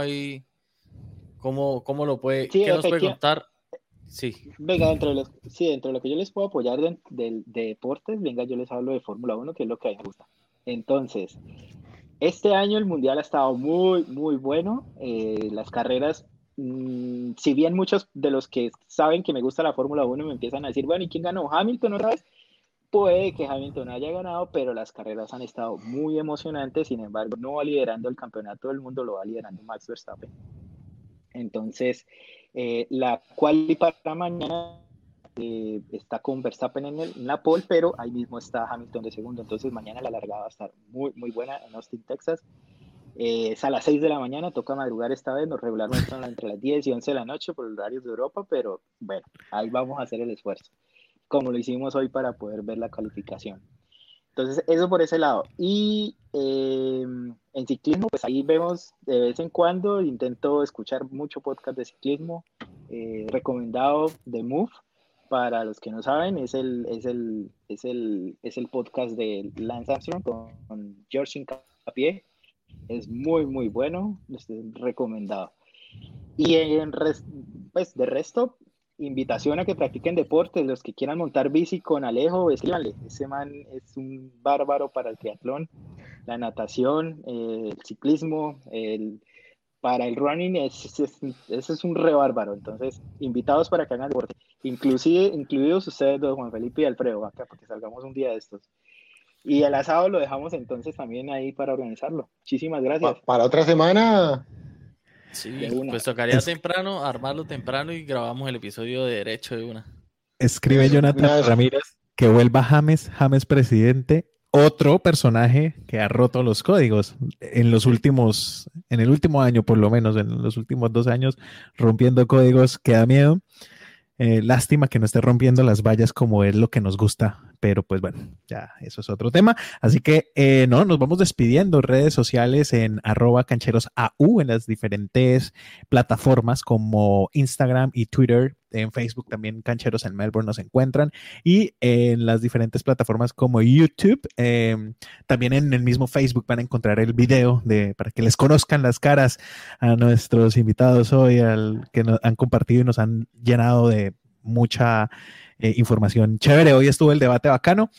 lo puede, sí, qué nos puede contar? Sí. Venga, dentro de lo que yo les puedo apoyar de deportes, venga, yo les hablo de Fórmula 1, que es lo que a mí me gusta. Entonces, este año el mundial ha estado muy, muy bueno. Las carreras, si bien muchos de los que saben que me gusta la Fórmula 1 me empiezan a decir, bueno, ¿y quién ganó? ¿Hamilton otra vez? Puede que Hamilton haya ganado, pero las carreras han estado muy emocionantes. Sin embargo, no va liderando el campeonato del mundo, lo va liderando Max Verstappen. Entonces, la quali para mañana está con Verstappen en la pole, pero ahí mismo está Hamilton de segundo. Entonces, mañana la largada va a estar muy, muy buena en Austin, Texas. Es a las 6 de la mañana, toca madrugar esta vez, nos regularmente son entre las 10 y 11 de la noche por los horarios de Europa, pero bueno, ahí vamos a hacer el esfuerzo, como lo hicimos hoy para poder ver la calificación. Entonces, eso por ese lado. Y en ciclismo, pues ahí vemos de vez en cuando, intento escuchar mucho podcast de ciclismo, recomendado de Move, para los que no saben, es el podcast de Lance Armstrong con George Hincapié. Es muy, muy bueno, recomendado. Y pues de resto, invitación a que practiquen deportes. Los que quieran montar bici con Alejo, escríbanle. Ese man es un bárbaro para el triatlón, la natación, el ciclismo, para el running, ese es un re bárbaro. Entonces, invitados para que hagan deporte. Incluidos ustedes dos, Juan Felipe y Alfredo, acá, porque salgamos un día de estos. Y el asado lo dejamos entonces también ahí para organizarlo. Muchísimas gracias. Para otra semana. Sí, pues tocaría temprano, armarlo temprano y grabamos el episodio de derecho de una. Escribe Jonathan Ramírez que vuelva James presidente, otro personaje que ha roto los códigos en el último año, por lo menos, en los últimos 2 años, rompiendo códigos que da miedo. Lástima que no esté rompiendo las vallas como es lo que nos gusta, pero pues bueno, ya eso es otro tema. Así que nos vamos despidiendo. Redes sociales en @cancherosAU en las diferentes plataformas como Instagram y Twitter. En Facebook también Cancheros en Melbourne nos encuentran, y en las diferentes plataformas como YouTube. También en el mismo Facebook van a encontrar el video para que les conozcan las caras a nuestros invitados hoy, que nos han compartido y nos han llenado de mucha información chévere. Hoy estuvo el debate bacano.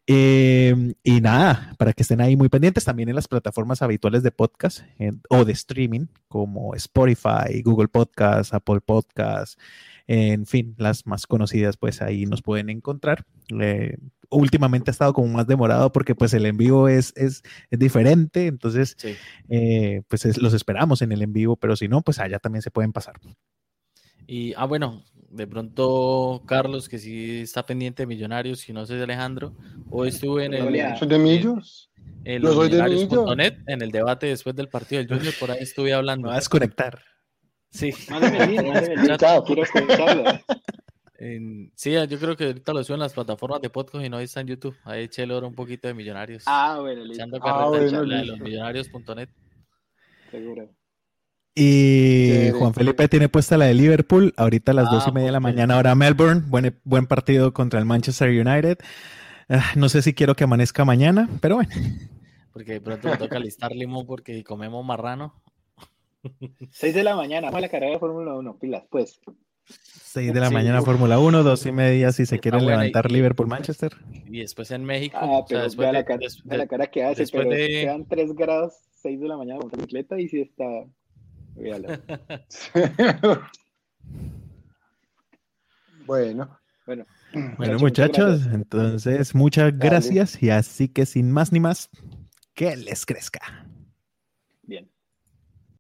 Y nada, para que estén ahí muy pendientes, también en las plataformas habituales de podcast o de streaming como Spotify, Google Podcast, Apple Podcast, en fin, las más conocidas, pues ahí nos pueden encontrar. Últimamente ha estado como más demorado porque pues el en vivo es diferente, entonces sí. Pues los esperamos en el en vivo, pero si no, pues allá también se pueden pasar. Y bueno, de pronto Carlos, que sí está pendiente de Millonarios, si no sé de Alejandro, hoy estuve en el... ¿Soy de Millos? En Millonarios.net, en el debate después del partido del Junior, por ahí estuve hablando. Me vas a desconectar. Sí. Mándame el link, quiero escucharlo. Sí, yo creo que ahorita lo suben en las plataformas de podcast y no está en YouTube. Ahí eché el oro un poquito de Millonarios. Bueno, listo. Echando carreta, bueno, la de listo. losmillonarios.net. Seguro. Y Chévere. Juan Felipe tiene puesta la de Liverpool, ahorita a las 2:30 de la porque- mañana, hora Melbourne. Buen partido contra el Manchester United. No sé si quiero que amanezca mañana, pero bueno. Porque de pronto me toca listar limón porque si comemos marrano. 6 de la mañana, vamos a la carrera de Fórmula 1, pilas, pues. 6 de la Sí, mañana uf. Fórmula 1, 2:30 si se Está quieren buena levantar y- Liverpool-Manchester. Y después en México, Pero después vea de, la cara que hace, después pero de- quedan 3 grados, 6 de la mañana con bicicleta y si está. Véalo. Bueno, Bueno, Bueno, muchachos, muchas muchachos, gracias. entonces muchas Dale. gracias y así que sin más ni más, que les crezca. Bien.